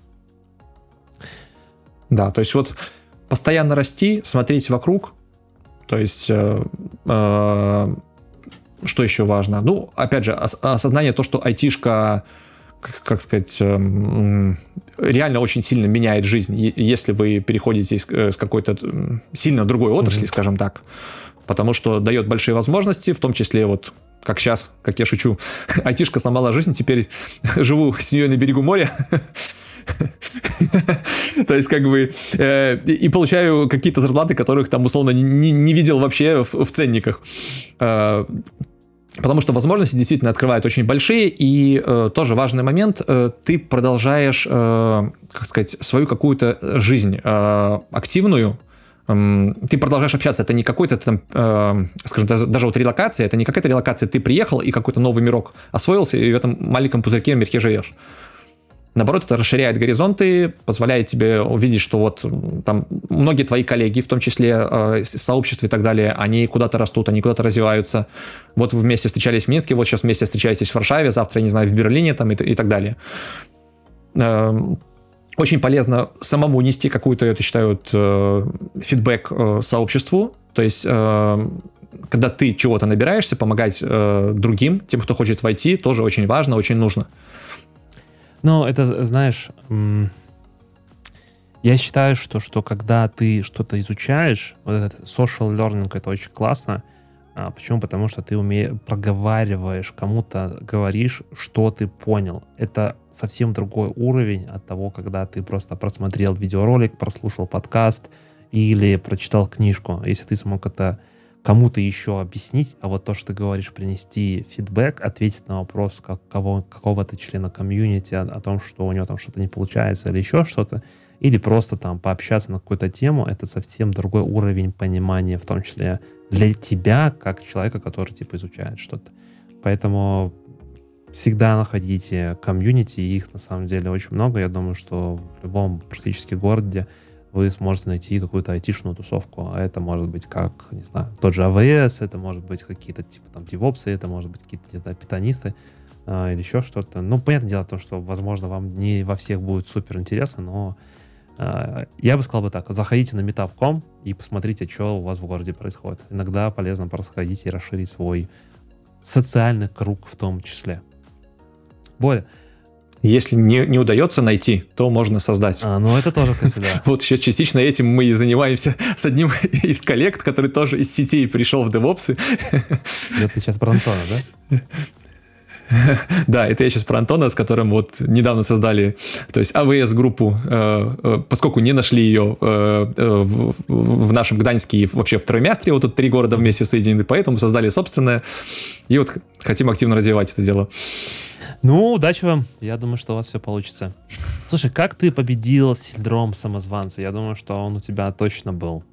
Да, то есть вот постоянно расти, смотреть вокруг. То есть, что еще важно? Ну, опять же, осознание того, что айтишка, как сказать, реально очень сильно меняет жизнь, если вы переходите из какой-то сильно другой отрасли, скажем так. Потому что дает большие возможности, в том числе вот как сейчас, как я шучу, айтишка сломала жизнь, теперь живу с нее на берегу моря. То есть, как бы, и получаю какие-то зарплаты, которых там, условно, не видел вообще в ценниках. Потому что возможности действительно открывают очень большие, и тоже важный момент, ты продолжаешь, как сказать, свою какую-то жизнь активную, ты продолжаешь общаться, это не какой-то там, скажем, даже вот релокация, это не какая-то релокация, ты приехал и какой-то новый мирок освоился, и в этом маленьком пузырьке в мирке живешь. Наоборот, это расширяет горизонты, позволяет тебе увидеть, что вот там многие твои коллеги, в том числе сообщества и так далее, они куда-то растут, они куда-то развиваются. Вот вы вместе встречались в Минске, вот сейчас вместе встречаетесь в Варшаве, завтра, я не знаю, в Берлине там и так далее. Очень полезно самому нести какую-то, я считаю, фидбэк сообществу, то есть когда ты чего-то набираешься, помогать другим, тем, кто хочет войти, тоже очень важно, очень нужно. Ну, это, знаешь, я считаю, что когда ты что-то изучаешь, вот этот social learning, это очень классно. Почему? Потому что ты проговариваешь, кому-то говоришь, что ты понял. Это совсем другой уровень от того, когда ты просто просмотрел видеоролик, прослушал подкаст или прочитал книжку. Если ты смог это кому-то еще объяснить, а вот то, что ты говоришь, принести фидбэк, ответить на вопрос какого-то члена комьюнити о том, что у него там что-то не получается или еще что-то, или просто там пообщаться на какую-то тему, это совсем другой уровень понимания, в том числе для тебя, как человека, который типа изучает что-то. Поэтому всегда находите комьюнити, их на самом деле очень много. Я думаю, что в любом практически городе вы сможете найти какую-то айтишную тусовку. А это может быть как, не знаю, тот же AWS, это может быть какие-то типа там DevOps, это может быть какие-то, не знаю, питонисты или еще что-то. Ну, понятное дело, то, что, возможно, вам не во всех будет супер интересно, но я бы сказал бы так, заходите на meetup.com и посмотрите, что у вас в городе происходит. Иногда полезно просто сходить и расширить свой социальный круг в том числе. Боря, если не удается найти, то можно создать. Ну это тоже, кстати, да. Вот сейчас частично этим мы и занимаемся с одним из коллег, который тоже из сетей пришел в DevOps. Это сейчас про Антона, да? Да, это я сейчас про Антона, с которым вот недавно создали, то есть AWS-группу, поскольку не нашли ее в нашем Гданьске и вообще в Троемястре, вот тут 3 города вместе соединены, поэтому создали собственное, и вот хотим активно развивать это дело. Ну, удачи вам. Я думаю, что у вас все получится. Слушай, как ты победил синдром самозванца? Я думаю, что он у тебя точно был.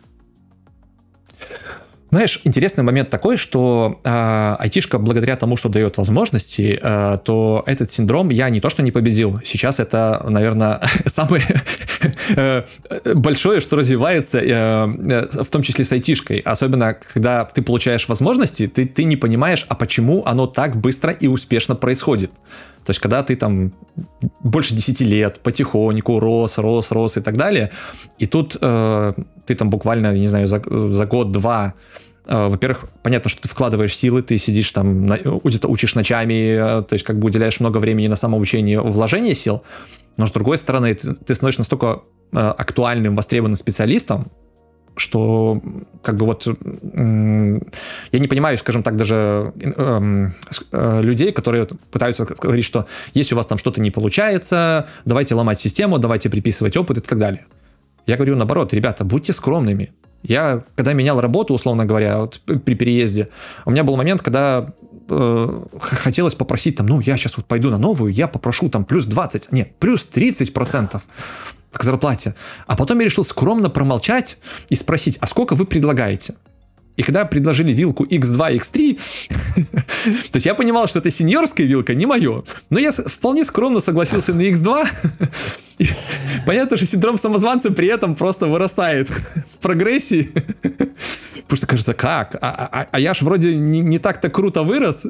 Знаешь, интересный момент такой, что айтишка, благодаря тому, что дает возможности, то этот синдром я не то что не победил. Сейчас это, наверное, самое большое, что развивается, в том числе с айтишкой. Особенно, когда ты получаешь возможности, ты не понимаешь, а почему оно так быстро и успешно происходит. То есть, когда ты там больше 10 лет потихоньку рос и так далее, и тут ты там буквально, не знаю, за год-два, во-первых, понятно, что ты вкладываешь силы, ты сидишь там, где-то учишь ночами, то есть как бы уделяешь много времени на самообучение, вложение сил, но с другой стороны, ты становишься настолько актуальным, востребованным специалистом, что как бы вот я не понимаю, скажем так, даже людей, которые пытаются говорить, что если у вас там что-то не получается, давайте ломать систему, давайте приписывать опыт и так далее. Я говорю наоборот, ребята, будьте скромными. Я, когда менял работу, условно говоря, вот при переезде, у меня был момент, когда хотелось попросить там, ну, я сейчас вот пойду на новую, я попрошу там плюс 20, нет, плюс 30% к зарплате. А потом я решил скромно промолчать и спросить, а сколько вы предлагаете? И когда предложили вилку X2, X3, то есть я понимал, что это сеньорская вилка, не мое. Но я вполне скромно согласился на X2. И понятно, что синдром самозванца при этом просто вырастает в прогрессии. Потому что кажется, как? А я ж вроде не так-то круто вырос.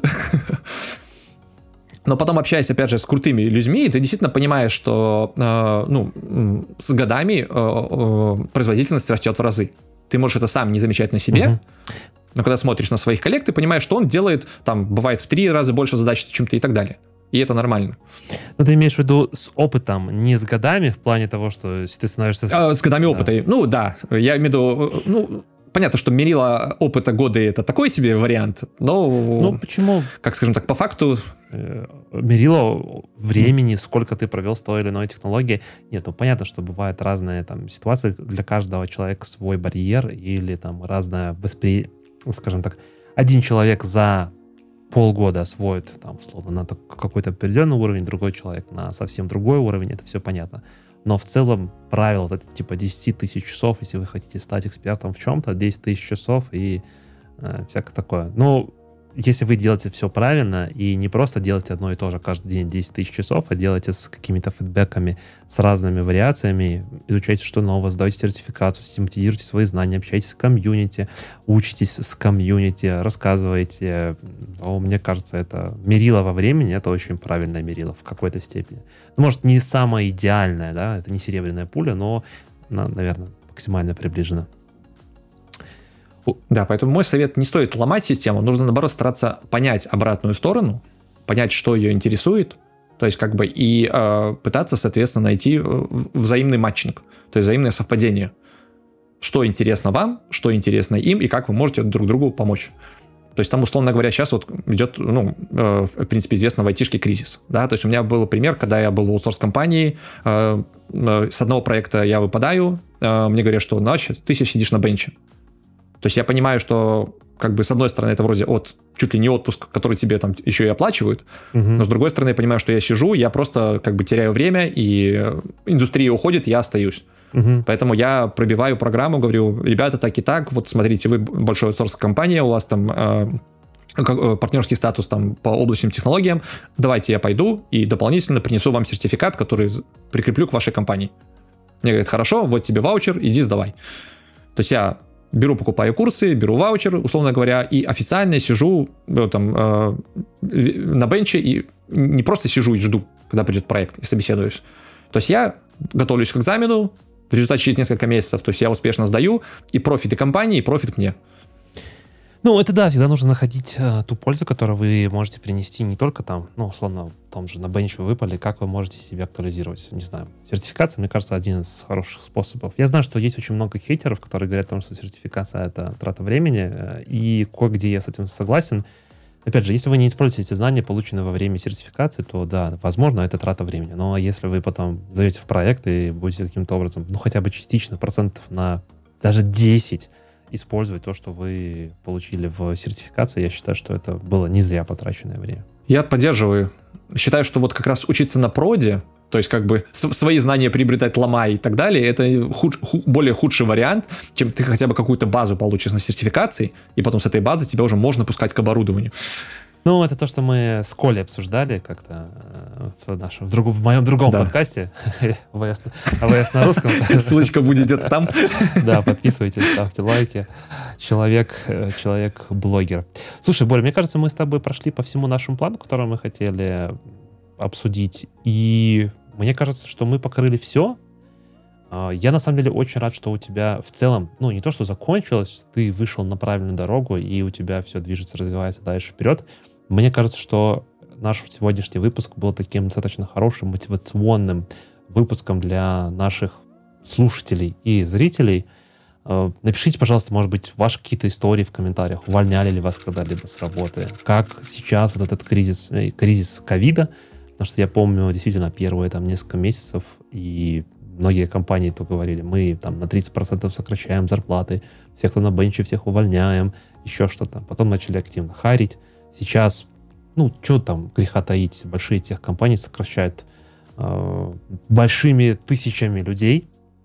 Но потом, общаясь, опять же, с крутыми людьми, ты действительно понимаешь, что с годами производительность растет в разы. Ты можешь это сам не замечать на себе, но когда смотришь на своих коллег, ты понимаешь, что он делает, там, бывает в 3 раза больше задач, чем ты и так далее. И это нормально. Ну, ты имеешь в виду с опытом, не с годами, в плане того, что ты становишься... С годами опыта. Ну, да. Я имею в виду... понятно, что мерило опыта годы это такой себе вариант, но... Ну, почему? Как, скажем так, по факту... Мерило времени, сколько ты провел с той или иной технологией. Нет, ну понятно, что бывают разные там ситуации, для каждого человека свой барьер или там разное скажем так, один человек за полгода освоит там, условно, на какой-то определенный уровень, другой человек на совсем другой уровень, это все понятно. Но в целом правило это типа 10 тысяч часов, если вы хотите стать экспертом в чем-то, 10 тысяч часов и всякое такое. Ну, если вы делаете все правильно и не просто делаете одно и то же каждый день 10 тысяч часов, а делаете с какими-то фидбэками, с разными вариациями, изучаете что новое, сдаете сертификацию, систематизируете свои знания, общаетесь с комьюнити, учитесь с комьюнити, рассказываете. Мне кажется, это мерило во времени, это очень правильное мерило в какой-то степени. Ну, может, не самое идеальное, да, это не серебряная пуля, но, наверное, максимально приближено. Да, поэтому мой совет: не стоит ломать систему, нужно, наоборот, стараться понять обратную сторону, понять, что ее интересует, то есть как бы и пытаться, соответственно, найти взаимный матчинг, то есть взаимное совпадение. Что интересно вам, что интересно им, и как вы можете друг другу помочь. То есть там, условно говоря, сейчас вот идет, в принципе, известно в айтишке кризис. Да? То есть у меня был пример, когда я был в аутсорс-компании, с одного проекта я выпадаю, мне говорят, что значит, ты сидишь на бенче. То есть я понимаю, что как бы с одной стороны это вроде чуть ли не отпуск, который тебе там еще и оплачивают, но с другой стороны я понимаю, что я сижу, я просто как бы теряю время, и индустрия уходит, я остаюсь. Поэтому я пробиваю программу, говорю, ребята, так и так, вот смотрите, вы большая аутсорс-компания, у вас там партнерский статус там по облачным технологиям, давайте я пойду и дополнительно принесу вам сертификат, который прикреплю к вашей компании. Мне говорят, хорошо, вот тебе ваучер, иди сдавай. То есть я покупаю курсы, беру ваучер, условно говоря, и официально сижу там на бенче и не просто сижу и жду, когда придет проект, и собеседуюсь. То есть я готовлюсь к экзамену, в результате через несколько месяцев, то есть я успешно сдаю, и профит и компании, и профит мне. Ну, это да, всегда нужно находить ту пользу, которую вы можете принести не только там, условно, в том же на бенч вы выпали, как вы можете себя актуализировать. Не знаю, сертификация, мне кажется, один из хороших способов. Я знаю, что есть очень много хейтеров, которые говорят о том, что сертификация — это трата времени, и кое-где я с этим согласен. Опять же, если вы не используете эти знания, полученные во время сертификации, то да, возможно, это трата времени. Но если вы потом зайдете в проект и будете каким-то образом, хотя бы частично, процентов на даже 10 использовать то, что вы получили в сертификации, я считаю, что это было не зря потраченное время. Я поддерживаю. Считаю, что вот как раз учиться на проде, то есть как бы свои знания приобретать ломая и так далее, это более худший вариант, чем ты хотя бы какую-то базу получишь на сертификации, и потом с этой базы тебя уже можно пускать к оборудованию. Ну, это то, что мы с Колей обсуждали как-то в моем другом подкасте. АВС на русском. Ссылочка будет где-то там. Да, подписывайтесь, ставьте лайки. Человек-блогер. Слушай, Боря, мне кажется, мы с тобой прошли по всему нашему плану, который мы хотели обсудить. И мне кажется, что мы покрыли все. Я, на самом деле, очень рад, что у тебя в целом, ну, не то, что закончилось, ты вышел на правильную дорогу, и у тебя все движется, развивается дальше вперед. Мне кажется, что наш сегодняшний выпуск был таким достаточно хорошим, мотивационным выпуском для наших слушателей и зрителей. Напишите, пожалуйста, может быть, ваши какие-то истории в комментариях. Увольняли ли вас когда-либо с работы? Как сейчас вот этот кризис ковида? Потому что я помню действительно первые там несколько месяцев, и многие компании то говорили, мы там на 30% сокращаем зарплаты, всех, кто на бенче, всех увольняем, еще что-то. Потом начали активно хайрить. Сейчас, ну, что там греха таить, большие техкомпании сокращают большими тысячами людей.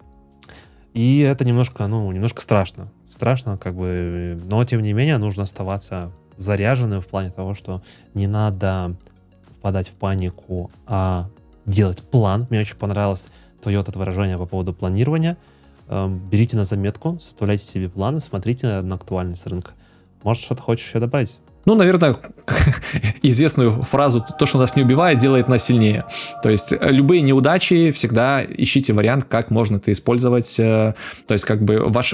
И это немножко страшно. Страшно, как бы, но тем не менее нужно оставаться заряженным в плане того, что не надо впадать в панику, а делать план. Мне очень понравилось твое это выражение по поводу планирования. Берите на заметку, составляйте себе планы, смотрите на актуальность рынка. Может, что-то хочешь еще добавить? Ну, наверное, известную фразу «то, что нас не убивает, делает нас сильнее». То есть любые неудачи всегда ищите вариант, как можно это использовать. То есть как бы ваш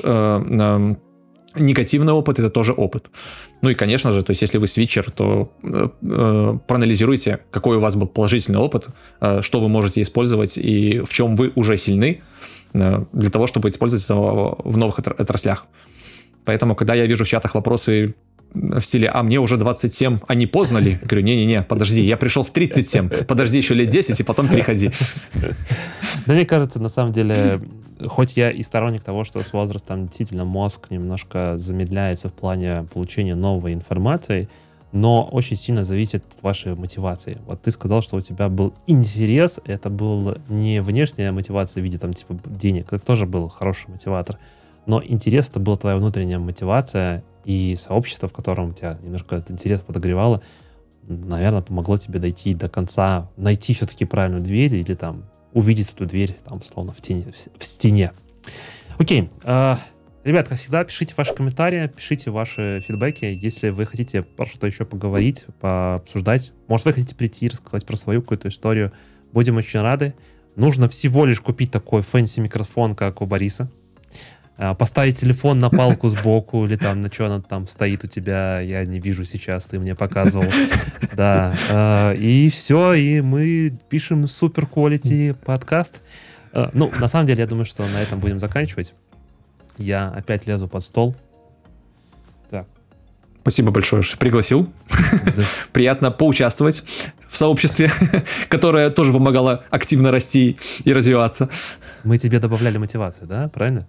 негативный опыт — это тоже опыт. Ну и, конечно же, то есть если вы свитчер, то проанализируйте, какой у вас был положительный опыт, что вы можете использовать и в чем вы уже сильны, для того, чтобы использовать это в новых отраслях. Поэтому, когда я вижу в чатах вопросы в стиле «а мне уже 27, а не поздно ли?» Говорю, не-не-не, подожди, я пришел в 37, подожди еще лет 10 и потом переходи. Да, мне кажется, на самом деле, хоть я и сторонник того, что с возрастом действительно мозг немножко замедляется в плане получения новой информации, но очень сильно зависит от вашей мотивации. Вот ты сказал, что у тебя был интерес, это был не внешняя мотивация в виде там типа денег, это тоже был хороший мотиватор, но интерес — это была твоя внутренняя мотивация, и сообщество, в котором у тебя немножко этот интерес подогревало, наверное, помогло тебе дойти до конца, найти все-таки правильную дверь или там увидеть эту дверь там словно в стене. Окей. Ребят, как всегда, пишите ваши комментарии, пишите ваши фидбэки. Если вы хотите про что-то еще поговорить, пообсуждать, может, вы хотите прийти и рассказать про свою какую-то историю, будем очень рады. Нужно всего лишь купить такой фэнси микрофон, как у Бориса. Поставить телефон на палку сбоку или там на что она там стоит у тебя, я не вижу сейчас, ты мне показывал. Да. И все, и мы пишем супер quality подкаст. Ну, на самом деле, я думаю, что на этом будем заканчивать. Я опять лезу под стол. Так. Спасибо большое, что пригласил. Да. Приятно поучаствовать в сообществе, которое тоже помогало активно расти и развиваться. Мы тебе добавляли мотивацию, да? Правильно?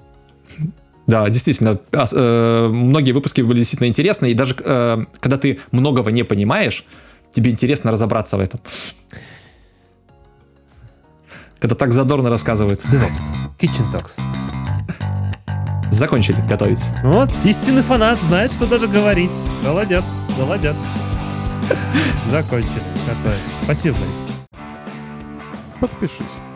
Да, действительно, многие выпуски были действительно интересны, и даже когда ты многого не понимаешь, тебе интересно разобраться в этом. Когда так задорно рассказывают. Kitchen Talks. Закончили готовить. Вот, истинный фанат знает, что даже говорить. Молодец. Закончили готовить. Спасибо, Борис. Подпишись.